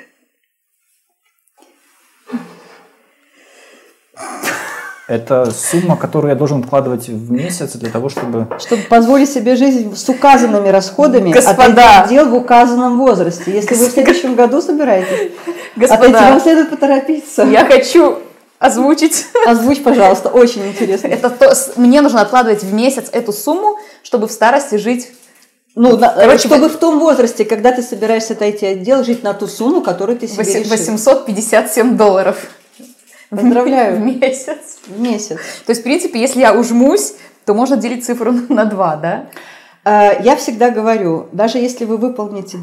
Это сумма, которую я должен вкладывать в месяц для того, чтобы... Чтобы позволить себе жизнь с указанными расходами, Господа! от дел в указанном возрасте. Если вы в следующем году собираетесь, Господа, вам следует поторопиться. я хочу озвучить. Озвучь, пожалуйста, очень интересно. Мне нужно откладывать в месяц эту сумму, чтобы в старости жить. Ну, Короче, чтобы в том возрасте, когда ты собираешься отойти от дел, жить на ту сумму, которую ты себе решил. $857 Поздравляю. в месяц. В месяц. То есть, в принципе, если я ужмусь, то можно делить цифру на 2, да? Я всегда говорю, даже если вы выполните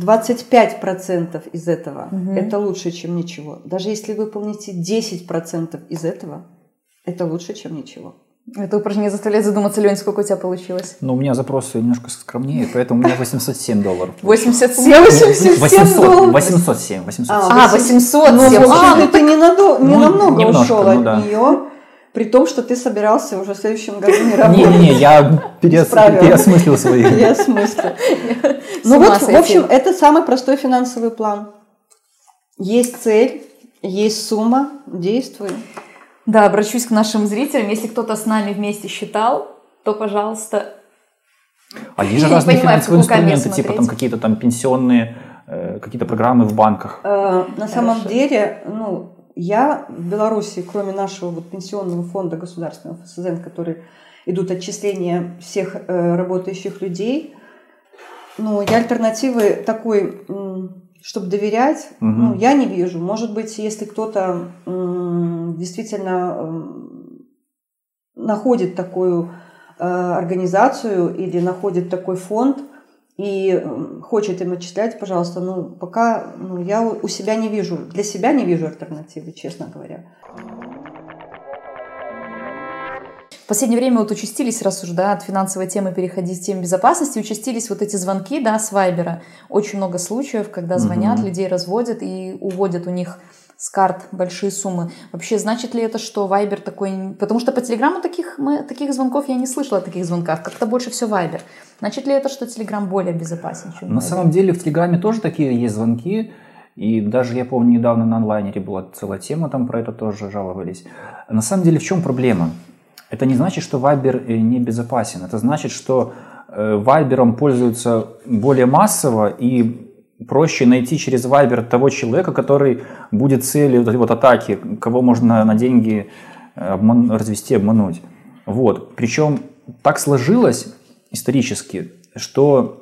25% из этого, это лучше, чем ничего. Даже если вы выполните 10% из этого, это лучше, чем ничего. Это упражнение заставляет задуматься, Лёнь, сколько у тебя получилось? Но у меня запросы немножко скромнее, поэтому у меня $807. 87? 807 807. 807. А, 800. Ну, всем. в общем, ты не намного немножко, ушел ну от да. нее, при том, что ты собирался уже в следующем году не работать. Не-не-не, я Исправил. переосмыслил свои... Я смысле. С Ну ума вот, в сойти. общем, это самый простой финансовый план. Есть цель, есть сумма, действуй. Да, обращусь к нашим зрителям. Если кто-то с нами вместе считал, то, пожалуйста... А есть же Я не разные понимаю, в финансовые какую камеру инструменты, типа там смотреть. какие-то там пенсионные, какие-то программы в банках. На самом Хорошо. деле, я в Беларуси, кроме нашего пенсионного фонда государственного ФСЗН, в который идут отчисления всех работающих людей, я альтернативы такой, чтобы доверять, я не вижу. Может быть, если кто-то действительно находит такую организацию или находит такой фонд и хочет им отчислять, пожалуйста, пока я у себя не вижу, для себя не вижу альтернативы, честно говоря. последнее время вот участились, раз уж, да, от финансовой темы переходить к теме безопасности, участились вот эти звонки, да, с Вайбера. Очень много случаев, когда звонят, людей разводят и уводят у них с карт большие суммы. Вообще, значит ли это, что Вайбер такой... Потому что по Телеграму таких звонков я не слышала, о таких звонках. Как-то больше все Вайбер. Значит ли это, что Телеграм более безопасен, чем На самом деле в Телеграме тоже такие есть звонки. И даже, я помню, недавно на онлайнере была целая тема, там про это тоже жаловались. На самом деле в чем проблема? Это не значит, что Вайбер не безопасен. Это значит, что Вайбером пользуются более массово и проще найти через Viber того человека, который будет целью вот этой вот атаки, кого можно на деньги развести, обмануть. Вот. Причем так сложилось исторически, что,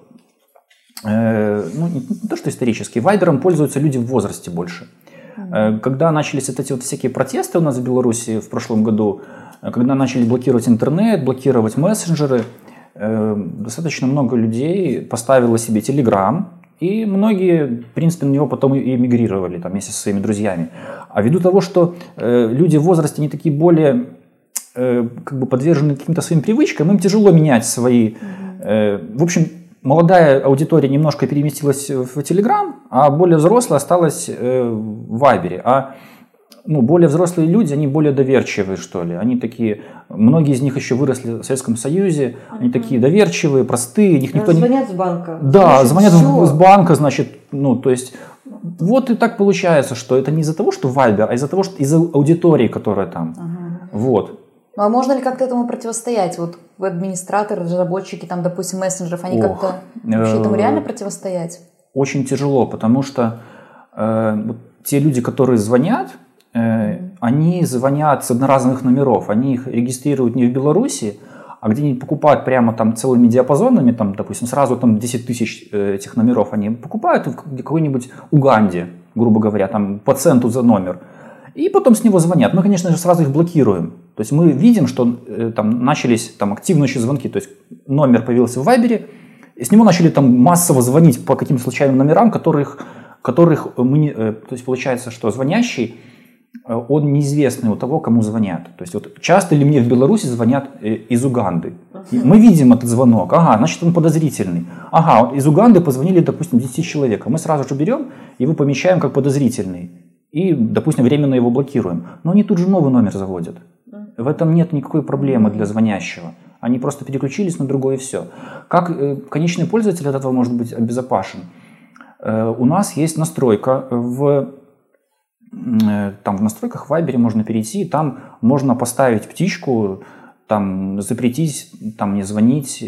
не то что исторически, Viber'ом пользуются люди в возрасте больше. Когда начались вот эти вот всякие протесты у нас в Беларуси в прошлом году, когда начали блокировать интернет, блокировать мессенджеры, достаточно много людей поставило себе Telegram, и многие, в принципе, на него потом и эмигрировали там, вместе со своими друзьями. А ввиду того, что люди в возрасте, они такие более подвержены каким-то своим привычкам, им тяжело менять свои... В общем, молодая аудитория немножко переместилась в Telegram, а более взрослая осталась в Viber. А более взрослые люди, они более доверчивые, что ли. Они такие, многие из них еще выросли в Советском Союзе, они такие доверчивые, простые. Их никто звонят с банка. Да, звонят с банка, значит, то есть, вот и так получается, что это не из-за того, что Viber, а из-за того, что из-за аудитории, которая там. Вот. Ну, а можно ли как-то этому противостоять? Вот администраторы, разработчики, там, допустим, мессенджеров, они как-то вообще этому реально противостоять? Очень тяжело, потому что те люди, которые звонят, они звонят с одноразовых номеров, они их регистрируют не в Беларуси, а где-нибудь покупают прямо там целыми диапазонами, там, допустим, сразу там 10 тысяч этих номеров они покупают в какой-нибудь Уганде, грубо говоря, там по центу за номер, и потом с него звонят. Мы, конечно же, сразу их блокируем. То есть мы видим, что там начались там активные звонки, то есть номер появился в Вайбере, и с него начали там массово звонить по каким-то случайным номерам, которых мы не... То есть получается, что звонящий, он неизвестный у того, кому звонят. То есть вот часто ли мне в Беларуси звонят из Уганды? Мы видим этот звонок. Ага, значит он подозрительный. Ага, из Уганды позвонили, допустим, 10 человек. Мы сразу же берем, его помещаем как подозрительный. И, допустим, временно его блокируем. Но они тут же новый номер заводят. В этом нет никакой проблемы для звонящего. Они просто переключились на другое и все. Как конечный пользователь от этого может быть обезопасен? У нас есть настройка в настройках в Viber можно перейти, там можно поставить птичку, там запретить, там не звонить,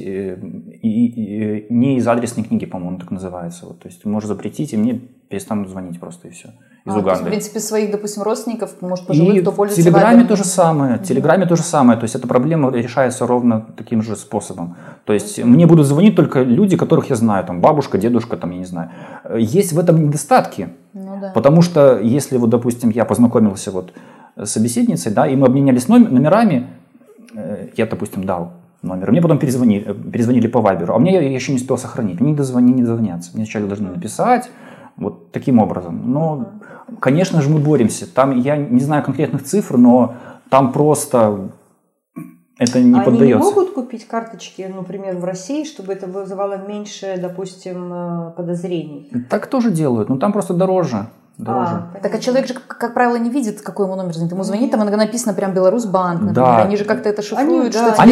и не из адресной книги, по-моему, так называется. Вот, то есть ты можешь запретить, и мне перестанут звонить просто и все. Из Уганды. То есть, в принципе, своих, допустим, родственников, может, пожилых, кто пользуется в Телеграме то же самое. В Телеграме то же самое. То есть эта проблема решается ровно таким же способом. То есть мне будут звонить только люди, которых я знаю, там бабушка, дедушка, там, я не знаю. Есть в этом недостатки. Да. Потому что если, вот, допустим, я познакомился вот с собеседницей, да, и мы обменялись номерами, я, допустим, дал номер, мне потом перезвонили по Вайберу, а мне я еще не успел сохранить, мне не дозвонятся, мне сначала должны написать, вот таким образом. Но, конечно же, мы боремся. Там я не знаю конкретных цифр, но там просто это не поддается. Они не могут купить карточки, например, в России, чтобы это вызывало меньше, допустим, подозрений? Так тоже делают, но там просто дороже. Так, а человек же, как правило, не видит, какой ему номер звонит. Ему звонит, там иногда написано прям Беларусьбанк, например. Да. Они же как-то это шифруют, они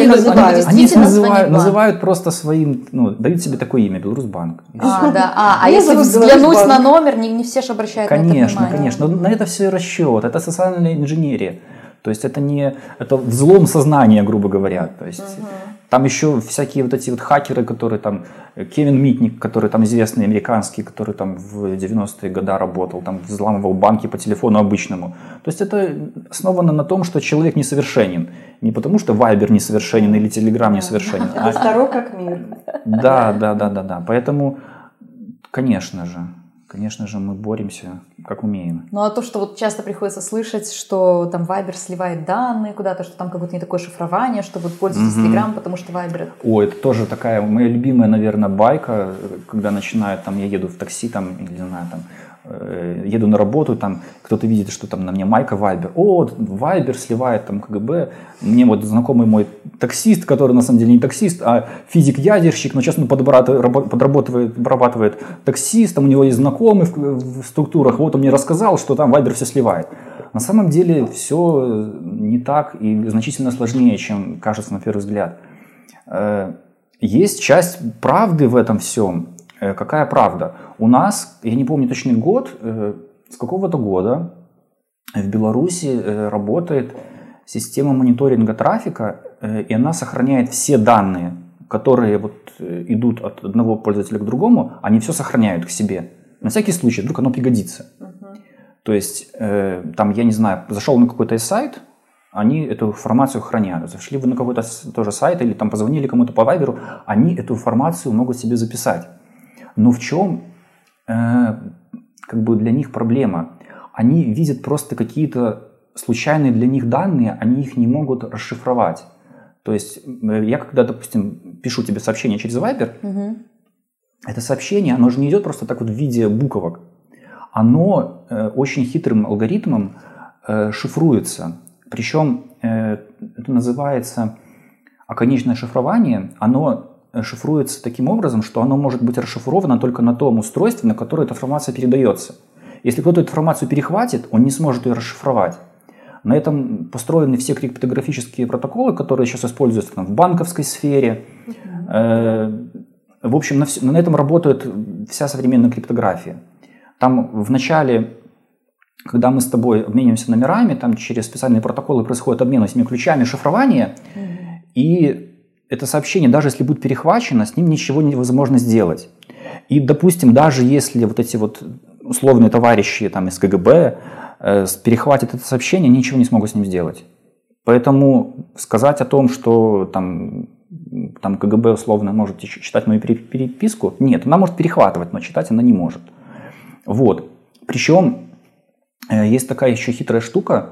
называют просто своим, дают себе такое имя, Беларусьбанк. А если взглянуть на номер, не все же обращают на это внимание. Конечно. Но это все расчет, это социальная инженерия. То есть это взлом сознания, грубо говоря. То есть там еще всякие вот эти вот хакеры, которые там, Кевин Митник, который там известный американский, который там в 90-е годы работал, там взламывал банки по телефону обычному. То есть это основано на том, что человек несовершенен. Не потому, что Viber несовершенен или Telegram несовершенен. А старо как мир. Да. Поэтому, конечно же, мы боремся, как умеем. Ну, а то, что вот часто приходится слышать, что там Viber сливает данные куда-то, что там какое-то не такое шифрование, что вот пользуйтесь Telegram, потому что Viber... Ой, это тоже такая моя любимая, наверное, байка, когда начинают, там, я еду в такси, там, или, не знаю, там, еду на работу, там кто-то видит, что там на мне майка Viber. О, Viber сливает там КГБ. Мне вот знакомый мой таксист, который на самом деле не таксист, а физик-ядерщик, но сейчас он подрабатывает таксистом, у него есть знакомый в структурах. Вот он мне рассказал, что там Viber все сливает. На самом деле все не так и значительно сложнее, чем кажется на первый взгляд. Есть часть правды в этом всем. Какая правда? У нас, я не помню точный год, с какого-то года в Беларуси работает система мониторинга трафика, и она сохраняет все данные, которые вот идут от одного пользователя к другому, они все сохраняют к себе. На всякий случай, вдруг оно пригодится. То есть, там, я не знаю, зашел на какой-то сайт, они эту информацию хранят. Зашли вы на какой-то тоже сайт или там позвонили кому-то по Вайберу, они эту информацию могут себе записать. Но в чем как бы для них проблема? Они видят просто какие-то случайные для них данные, они их не могут расшифровать. То есть я когда, допустим, пишу тебе сообщение через Viber, это сообщение, оно же не идет просто так вот в виде буквок. Оно очень хитрым алгоритмом шифруется. Причем это называется оконечное шифрование. Оно шифруется таким образом, что оно может быть расшифровано только на том устройстве, на которое эта информация передается. Если кто-то эту информацию перехватит, он не сможет ее расшифровать. На этом построены все криптографические протоколы, которые сейчас используются там, в банковской сфере. В общем, на этом работает вся современная криптография. Там в начале, когда мы с тобой обмениваемся номерами, там через специальные протоколы происходит обмен этими ключами шифрования, и это сообщение, даже если будет перехвачено, с ним ничего невозможно сделать. И, допустим, даже если вот эти вот условные товарищи там, из КГБ перехватят это сообщение, они ничего не смогут с ним сделать. Поэтому сказать о том, что там КГБ условно может читать мою переписку, нет, она может перехватывать, но читать она не может. Вот. Причем есть такая еще хитрая штука,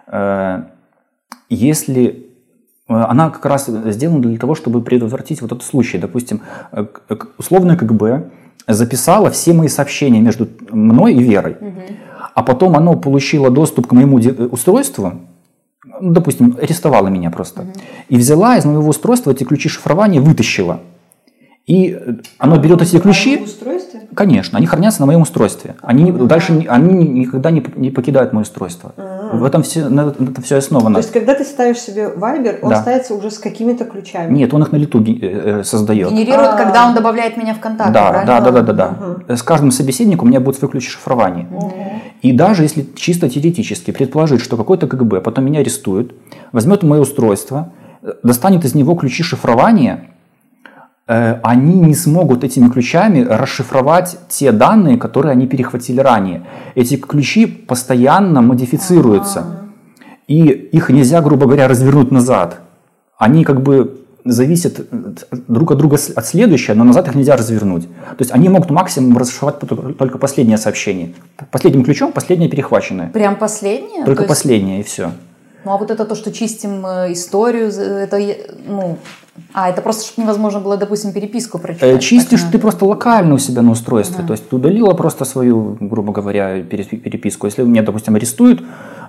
если она как раз сделана для того, чтобы предотвратить вот этот случай. Допустим, условное КГБ записало все мои сообщения между мной и Верой, а потом оно получило доступ к моему устройству, допустим, арестовало меня просто, и взяла из моего устройства эти ключи шифрования, вытащила. И оно берет эти ключи, конечно, они хранятся на моем устройстве. Они никогда не покидают мое устройство. В этом все основано. То есть, когда ты ставишь себе Viber, он ставится уже с какими-то ключами? Нет, он их на лету создает. Генерирует, когда он добавляет меня в контакты, Да. С каждым собеседником у меня будет свой ключ шифрования. И даже если чисто теоретически предположить, что какой-то КГБ потом меня арестует, возьмет мое устройство, достанет из него ключи шифрования, они не смогут этими ключами расшифровать те данные, которые они перехватили ранее. Эти ключи постоянно модифицируются. И их нельзя, грубо говоря, развернуть назад. Они как бы зависят друг от друга от следующего, но назад их нельзя развернуть. То есть они могут максимум расшифровать только последнее сообщение. Последним ключом последнее перехваченное. Прям последнее? Только последнее, и все. Ну а вот это то, что чистим историю, это, это просто, чтобы невозможно было, допустим, переписку прочитать. Чистишь ты просто локально у себя на устройстве. То есть ты удалила просто свою, грубо говоря, переписку. Если меня, допустим, арестуют,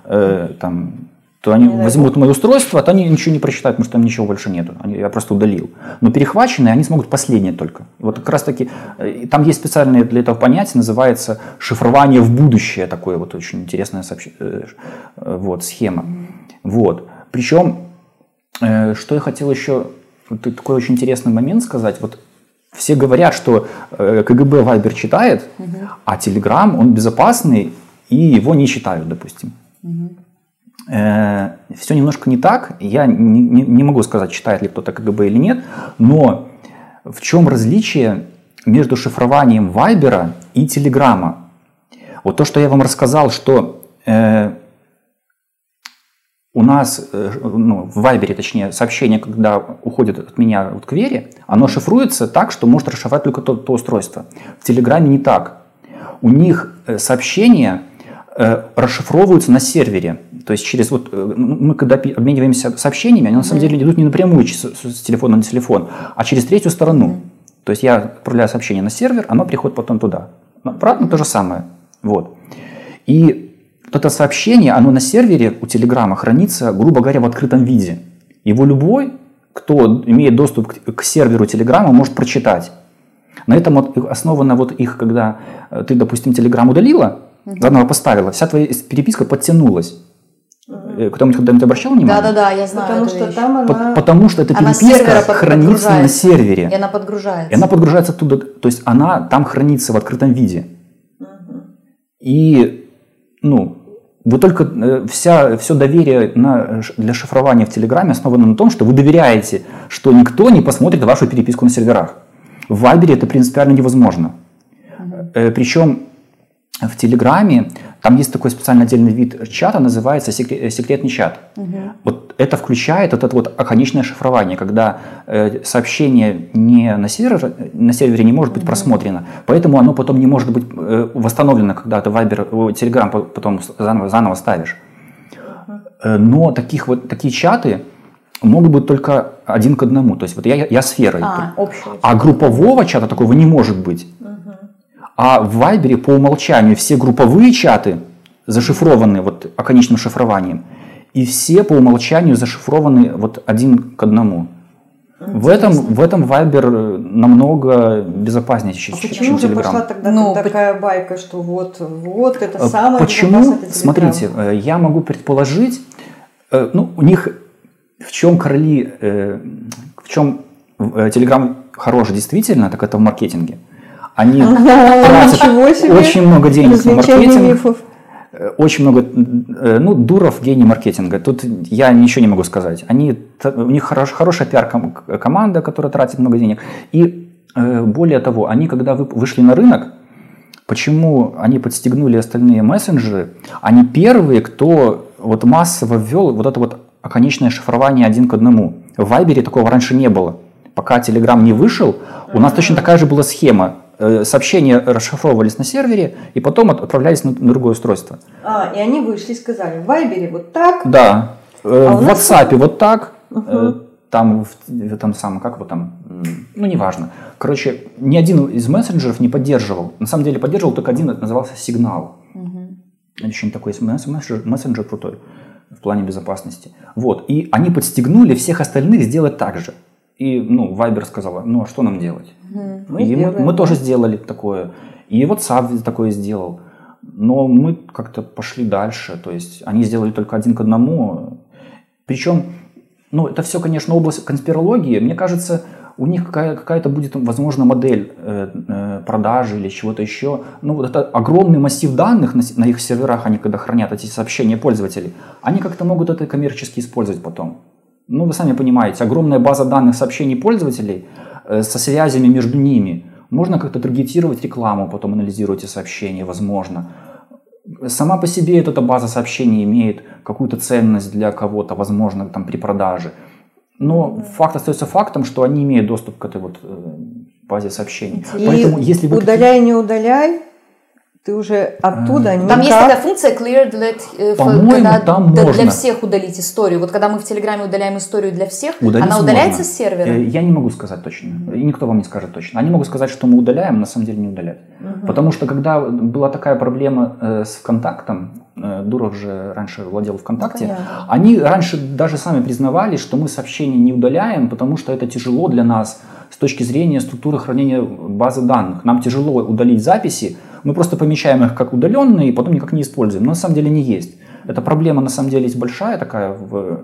то они возьмут мое устройство, то они ничего не прочитают, потому что там ничего больше нету. Я просто удалил. Но перехваченные они смогут последнее только. Вот как раз таки, там есть специальное для этого понятие, называется шифрование в будущее. Такое вот очень интересная схема. Вот. Причем, что я хотел еще, такой очень интересный момент сказать. Вот все говорят, что КГБ Viber читает, а Telegram, он безопасный, и его не читают, допустим. Все немножко не так. Я не могу сказать, читает ли кто-то КГБ или нет, но в чем различие между шифрованием Viber и Telegram? Вот то, что я вам рассказал, что у нас в Viber, точнее, сообщение, когда уходит от меня к Вере, оно шифруется так, что может расшифровать только то устройство. В Телеграме не так. У них сообщения расшифровываются на сервере. То есть через мы когда обмениваемся сообщениями, они на самом деле идут не напрямую с телефона на телефон, а через третью сторону. То есть я отправляю сообщение на сервер, оно приходит потом туда. Обратно то же самое. Вот. И вот это сообщение, оно на сервере у Телеграма хранится, грубо говоря, в открытом виде. Его любой, кто имеет доступ к серверу Телеграма, может прочитать. На этом основано вот их, когда ты, допустим, Телеграм удалила, заново поставила, вся твоя переписка подтянулась. Кто-нибудь когда-нибудь обращал внимание? Да-да-да, я знаю. Потому что вещь. там она... Потому что эта переписка хранится на сервере. И она подгружается. И она подгружается оттуда, то есть она там хранится в открытом виде. И, вы только все доверие для шифрования в Телеграме основано на том, что вы доверяете, что никто не посмотрит вашу переписку на серверах. В Вайбере это принципиально невозможно. Причем в Телеграме там есть такой специально отдельный вид чата, называется секретный чат. Вот это включает это вот оконечное шифрование, когда сообщение не на сервере не может быть просмотрено, поэтому оно потом не может быть восстановлено, когда ты Telegram потом заново ставишь. Но такие чаты могут быть только один к одному. То есть вот я сферой. А группового чата такого не может быть. А в Вайбере по умолчанию все групповые чаты зашифрованы вот оконечным шифрованием, и все по умолчанию зашифрованы вот один к одному. В этом Вайбер намного безопаснее, чем Telegram. Почему же пошла тогда такая байка, что вот это самое Почему? безопасное? Смотрите, я могу предположить, у них в чем короли, в чем Telegram хорош действительно, так это в маркетинге. Они тратят очень много денег на маркетинг, очень много, Дуров гений маркетинга. Тут я ничего не могу сказать. У них хорошая пиар-команда, которая тратит много денег. И более того, они когда вышли на рынок, почему они подстегнули остальные мессенджеры, они первые, кто вот массово ввел вот это вот оконечное шифрование один к одному. В Вайбере такого раньше не было. Пока Telegram не вышел, у нас точно такая же была схема. Сообщения расшифровывались на сервере и потом отправлялись на другое устройство. И они вышли и сказали, в Вайбере вот так. Да, в WhatsApp вот так, там самое, как вот там, неважно. Короче, ни один из мессенджеров не поддерживал. На самом деле поддерживал только один, назывался Signal. Очень такой мессенджер крутой в плане безопасности. Вот, и они подстегнули всех остальных сделать так же. И, Viber сказала, а что нам делать? Мы тоже сделали такое. И WhatsApp такое сделал. Но мы как-то пошли дальше. То есть они сделали только один к одному. Причем, это все, конечно, область конспирологии. Мне кажется, у них какая-то будет, возможно, модель продажи или чего-то еще. Вот это огромный массив данных на их серверах, они когда хранят эти сообщения пользователей, они как-то могут это коммерчески использовать потом. Вы сами понимаете, огромная база данных сообщений пользователей со связями между ними. Можно как-то таргетировать рекламу, потом анализировать эти сообщения, возможно. Сама по себе эта база сообщений имеет какую-то ценность для кого-то, возможно, там, при продаже. Но факт остается фактом, что они имеют доступ к этой вот базе сообщений. И поэтому, если вы удаляй, не удаляй, ты уже оттуда никак... Там есть такая функция clear delete, когда для всех удалить историю. Вот когда мы в Телеграме удаляем историю для всех, удалить она удаляется можно. с сервера? Я не могу сказать точно. И никто вам не скажет точно. Они могут сказать, что мы удаляем, на самом деле не удалять. Потому что когда была такая проблема с ВКонтактом, Дуров же раньше владел ВКонтакте, они раньше даже сами признавали, что мы сообщения не удаляем, потому что это тяжело для нас с точки зрения структуры хранения базы данных. Нам тяжело удалить записи, мы просто помещаем их как удаленные и потом никак не используем. Но на самом деле не есть. Эта проблема на самом деле есть большая такая в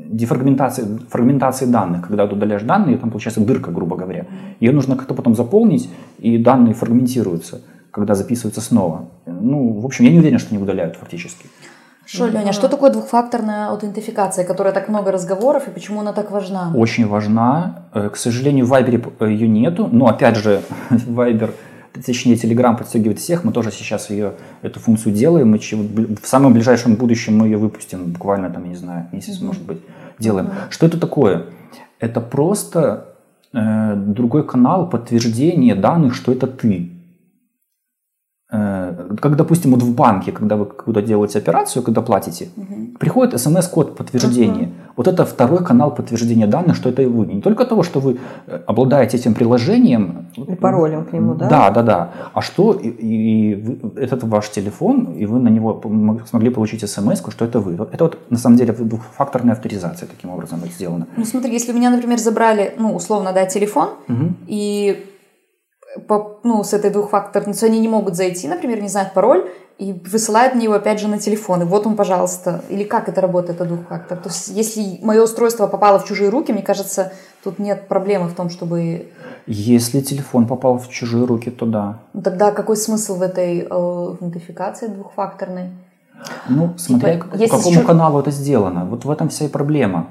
фрагментации данных. Когда ты удаляешь данные, там получается дырка, грубо говоря. Ее нужно как-то потом заполнить, и данные фрагментируются, когда записываются снова. В общем, я не уверен, что они удаляют фактически. Хорошо, Леня, что такое двухфакторная аутентификация, которая так много разговоров, и почему она так важна? Очень важна. К сожалению, в Вайбере ее нету, но опять же, Вайбер, точнее Telegram подстегивает всех, мы тоже сейчас эту функцию делаем, в самом ближайшем будущем мы ее выпустим, буквально там, я не знаю, месяц, может быть, делаем. Что это такое? Это просто другой канал подтверждения данных, что это ты. как, допустим, вот в банке, когда вы какую-то делаете операцию, когда платите, приходит смс-код подтверждения. Вот это второй канал подтверждения данных, что это вы. Не только того, что вы обладаете этим приложением. И паролем к нему, да? Да. А что этот ваш телефон, и вы на него смогли получить смс-ку, что это вы. Это вот на самом деле двухфакторная авторизация таким образом сделана. Ну смотри, если у меня, например, забрали, условно, телефон, и с этой двухфакторной, они не могут зайти, например, не знают пароль, и высылают мне его опять же на телефон. И вот он, пожалуйста. Или как это работает, это двухфактор? То есть, если мое устройство попало в чужие руки, мне кажется, тут нет проблемы в том, чтобы... Если телефон попал в чужие руки, то да. Тогда какой смысл в этой аутентификации двухфакторной? Смотря по какому каналу это сделано. Вот в этом вся и проблема.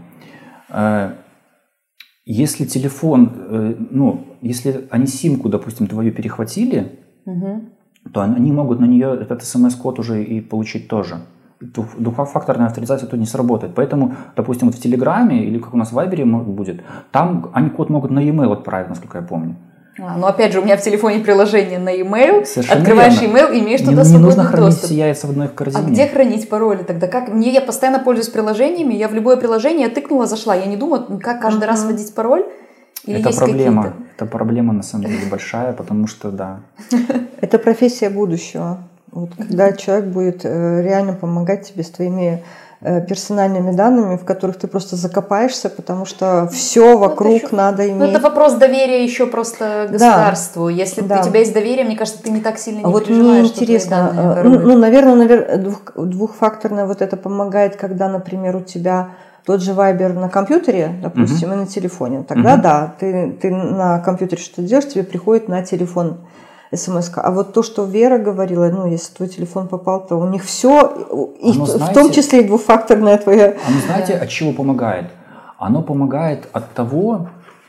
Если телефон, если они симку, допустим, твою перехватили, то они могут на нее этот смс-код уже и получить тоже. Двухфакторная авторизация тут не сработает. Поэтому, допустим, вот в Телеграме или как у нас в Вайбере будет, там они код могут на e-mail отправить, насколько я помню. Но опять же, у меня в телефоне приложение на e-mail. Совершенно открываешь верно. e-mail, имеешь туда не свободный нужно хранить доступ. все яйца в одной корзине. А где хранить пароли тогда? Я постоянно пользуюсь приложениями, я в любое приложение тыкнула, зашла. Я не думаю, как каждый раз вводить пароль. Или это есть проблема. какие-то? Это проблема на самом деле большая, потому что да. Это профессия будущего. Вот, когда человек будет реально помогать тебе с твоими персональными данными, в которых ты просто закопаешься, потому что все вокруг надо иметь. Это вопрос доверия еще просто государству. Да. Если у тебя есть доверие, мне кажется, ты не так сильно не переживаешь, что твои данные воруют. Наверное, двухфакторное вот это помогает, когда, например, у тебя тот же Viber на компьютере, допустим, и на телефоне. Тогда да, ты на компьютере что-то делаешь, тебе приходит на телефон смс-ка. А вот то, что Вера говорила, если твой телефон попал, то у них все, в том числе и двухфакторная твоя. Оно, знаете, от чего помогает? Оно помогает от того,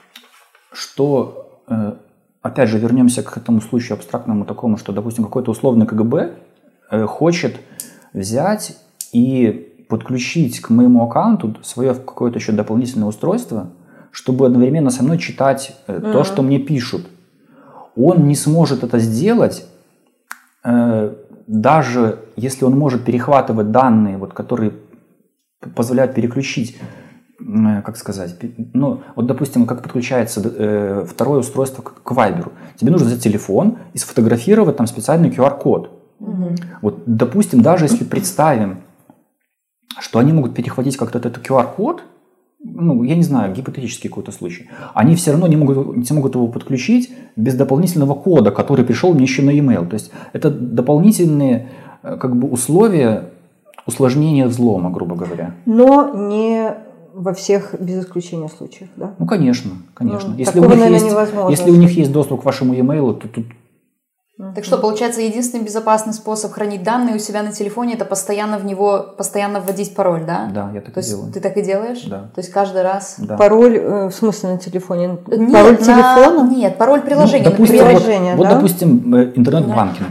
что, опять же, вернемся к этому случаю абстрактному такому, что, допустим, какой-то условный КГБ хочет взять и подключить к моему аккаунту свое какое-то еще дополнительное устройство, чтобы одновременно со мной читать то, что мне пишут. Он не сможет это сделать, даже если он может перехватывать данные, которые позволяют переключить, допустим, как подключается второе устройство к Вайберу. Тебе нужно взять телефон и сфотографировать там специальный QR-код. Вот, допустим, даже если представим, что они могут перехватить как-то этот QR-код, я не знаю, гипотетический какой-то случай, они все равно не смогут его подключить без дополнительного кода, который пришел мне еще на e-mail. То есть это дополнительные условия усложнения взлома, грубо говоря. Но не во всех без исключения случаев, да? Конечно. Если у них есть доступ к вашему e-mail, то тут... Так что, получается, единственный безопасный способ хранить данные у себя на телефоне — это постоянно вводить пароль, да? Да, я так и делаю. Ты так и делаешь? Да. То есть каждый раз? Да. Пароль, в смысле на телефоне? Нет, пароль телефона? Нет, пароль приложения. Допустим, приложение, да? допустим, интернет-банкинг.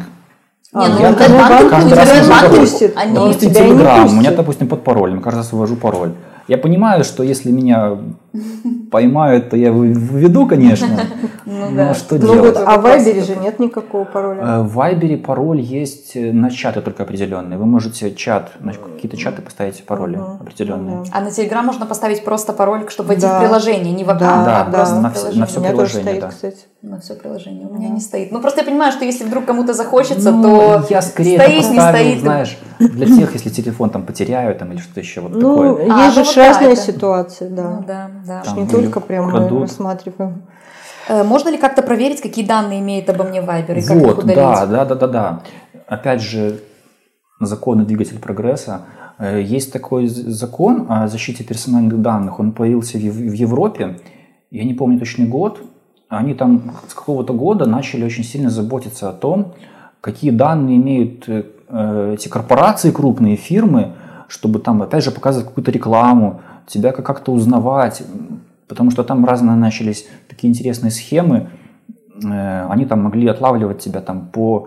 интернет-банкинг пустит. Допустим, Telegram, у меня, допустим, под паролем, каждый раз ввожу пароль. Я понимаю, что если меня поймают, то я его введу, конечно. Но что делать? А в Вайбере же нет никакого пароля. В Вайбере пароль есть на чаты только определенные. Вы можете какие-то чаты поставить пароли определенные. А на Телеграм можно поставить просто пароль, чтобы войти в приложение, не в аккаунт, а просто на У все меня тоже приложение. стоит, кстати. На все приложение. У меня не стоит. Просто я понимаю, что если вдруг кому-то захочется, то я скорее стоит, не стоит. Знаешь, для тех, если телефон там потеряют или что-то еще вот такое. Есть же разные ситуации, да. Да. Не только прям мы рассматриваем. Можно ли как-то проверить, какие данные имеет обо мне Viber и как их удалить? Да. Опять же, законы двигатель прогресса. Есть такой закон о защите персональных данных. Он появился в Европе. Я не помню точный год. Они там с какого-то года начали очень сильно заботиться о том, какие данные имеют эти корпорации, крупные фирмы, чтобы там, опять же, показывать какую-то рекламу, тебя как-то узнавать. Потому что там разные начались такие интересные схемы. Они там могли отлавливать тебя по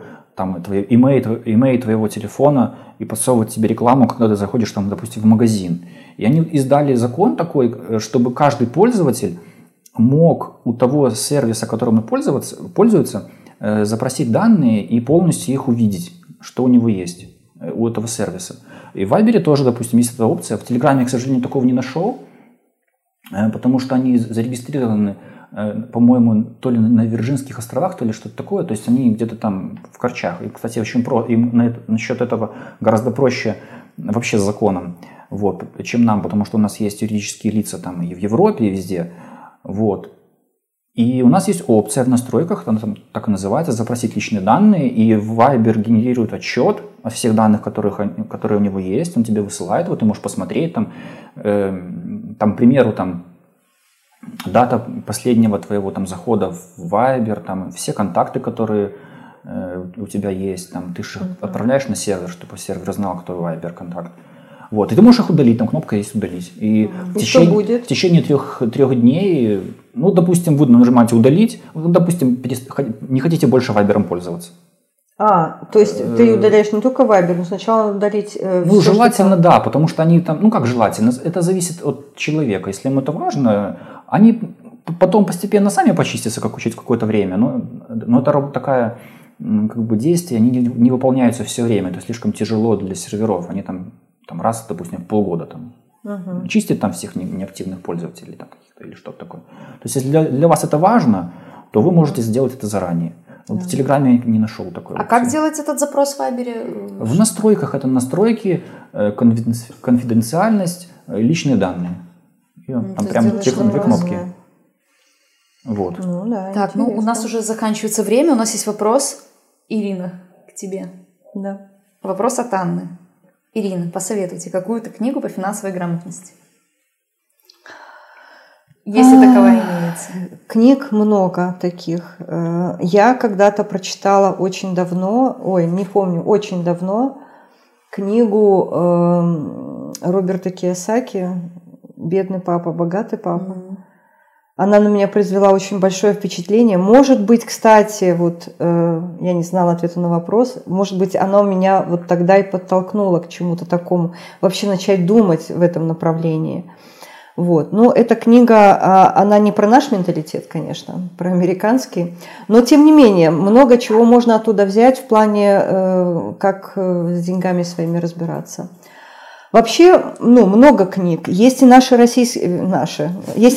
имейл твоего телефона и подсовывать тебе рекламу, когда ты заходишь, допустим, в магазин. И они издали закон такой, чтобы каждый пользователь мог у того сервиса, которым он пользуется, запросить данные и полностью их увидеть. что у него есть, у этого сервиса. И в Вайбере тоже, допустим, есть эта опция. В Телеграме я, к сожалению, такого не нашел, потому что они зарегистрированы, по-моему, то ли на Вирджинских островах, то ли что-то такое. То есть они где-то там в корчах. И, кстати, им насчет этого гораздо проще вообще с законом, вот, чем нам, потому что у нас есть юридические лица там и в Европе, и везде. Вот. И у нас есть опция в настройках, она там так и называется, запросить личные данные, и Viber генерирует отчет о всех данных, которые у него есть, он тебе высылает, вот ты можешь посмотреть, там, к примеру, там, дата последнего твоего там захода в Viber, там, все контакты, которые у тебя есть, там, ты же отправляешь на сервер, чтобы сервер знал, кто Viber контакт. Вот, и ты можешь их удалить, там кнопка есть «Удалить». И в течение 3 дней, ну, допустим, вы нажимаете «Удалить», вы, допустим, не хотите больше Вайбером пользоваться. То есть ты удаляешь не только Viber, но сначала удалить Ну, желательно, да, потому что они там, ну, как желательно, это зависит от человека. Если им это важно, они потом постепенно сами почистятся через какое-то время, но это такая, как бы, действия, они не выполняются все время, это слишком тяжело для серверов, они там раз, допустим, в полгода там чистит там всех неактивных пользователей там, или что-то такое. То есть, если для вас это важно, то вы можете сделать это заранее. Вот в Телеграме я не нашел такой. А как делать этот запрос в Вайбере? В настройках это настройки, конфиденциальность, личные данные. И там прям 2 кнопки. Вот. Ну, да, так, у нас уже заканчивается время, у нас есть вопрос, Ирина, к тебе. Да. Вопрос от Анны. Ирина, посоветуйте какую-то книгу по финансовой грамотности. Если таковая имеется. Книг много таких. Я когда-то прочитала очень давно, очень давно книгу Роберта Кийосаки «Бедный папа, богатый папа». Она на меня произвела очень большое впечатление. Может быть, кстати, я не знала ответа на вопрос, может быть, она меня вот тогда и подтолкнула к чему-то такому, вообще начать думать в этом направлении. Вот. Но эта книга, она не про наш менталитет, конечно, про американский, но тем не менее, много чего можно оттуда взять в плане, как с деньгами своими разбираться. Вообще, много книг. Есть и есть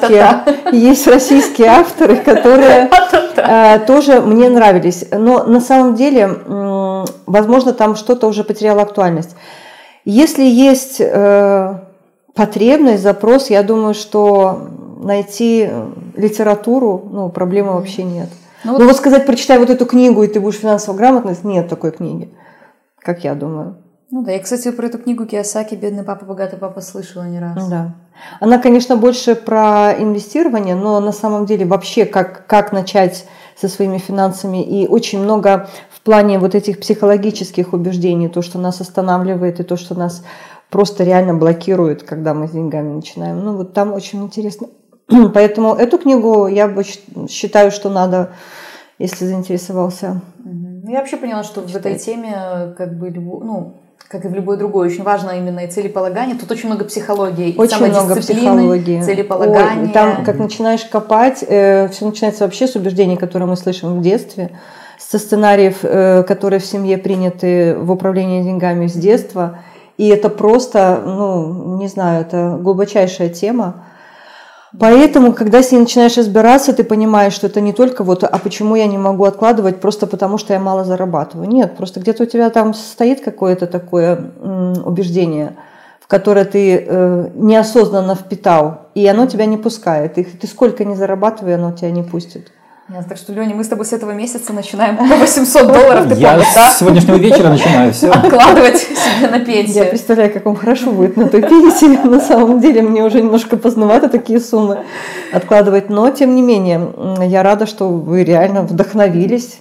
российские авторы, которые тоже мне нравились. Но на самом деле, возможно, там что-то уже потеряло актуальность. Если есть потребность, запрос, я думаю, что найти литературу, проблемы вообще нет. Вот сказать, прочитай вот эту книгу, и ты будешь финансово грамотной, нет такой книги, как я думаю. Я, кстати, про эту книгу Кийосаки «Бедный папа, богатый папа» слышала не раз. Да. Она, конечно, больше про инвестирование, но на самом деле вообще как начать со своими финансами. И очень много в плане вот этих психологических убеждений, то, что нас останавливает, и то, что нас просто реально блокирует, когда мы с деньгами начинаем. Там очень интересно. Поэтому эту книгу я считаю, что надо, если заинтересовался. Я вообще поняла, что в этой теме, как и в любой другой, очень важно именно и целеполагание. Тут очень много психологии, очень много психологии, целеполагания. Там, как начинаешь копать, все начинается вообще с убеждений, которые мы слышим в детстве, со сценариев, которые в семье приняты в управлении деньгами с детства. И это просто, не знаю, это глубочайшая тема. Поэтому, когда с ней начинаешь разбираться, ты понимаешь, что это не только а почему я не могу откладывать просто потому, что я мало зарабатываю. Нет, просто где-то у тебя там стоит какое-то такое убеждение, в которое ты неосознанно впитал, и оно тебя не пускает. И ты сколько ни зарабатывай, оно тебя не пустит. Так что, Леня, мы с тобой с этого месяца начинаем по $800. Я с сегодняшнего вечера начинаю все откладывать себе на пенсию. Я представляю, как вам хорошо будет на той пенсии. На самом деле мне уже немножко поздновато такие суммы откладывать. Но, тем не менее, я рада, что вы реально вдохновились.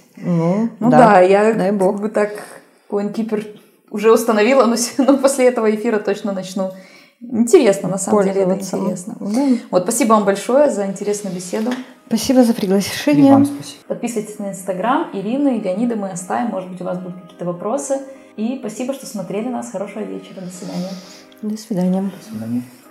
Я дай бог. CoinKeeper уже установила, но после этого эфира точно начну. Интересно, на самом деле, это интересно. Да. Спасибо вам большое за интересную беседу. Спасибо за приглашение. И вам спасибо. Подписывайтесь на Инстаграм Ирины и Леонида, мы оставим, может быть, у вас будут какие-то вопросы. И спасибо, что смотрели нас. Хорошего вечера. До свидания. До свидания. До свидания.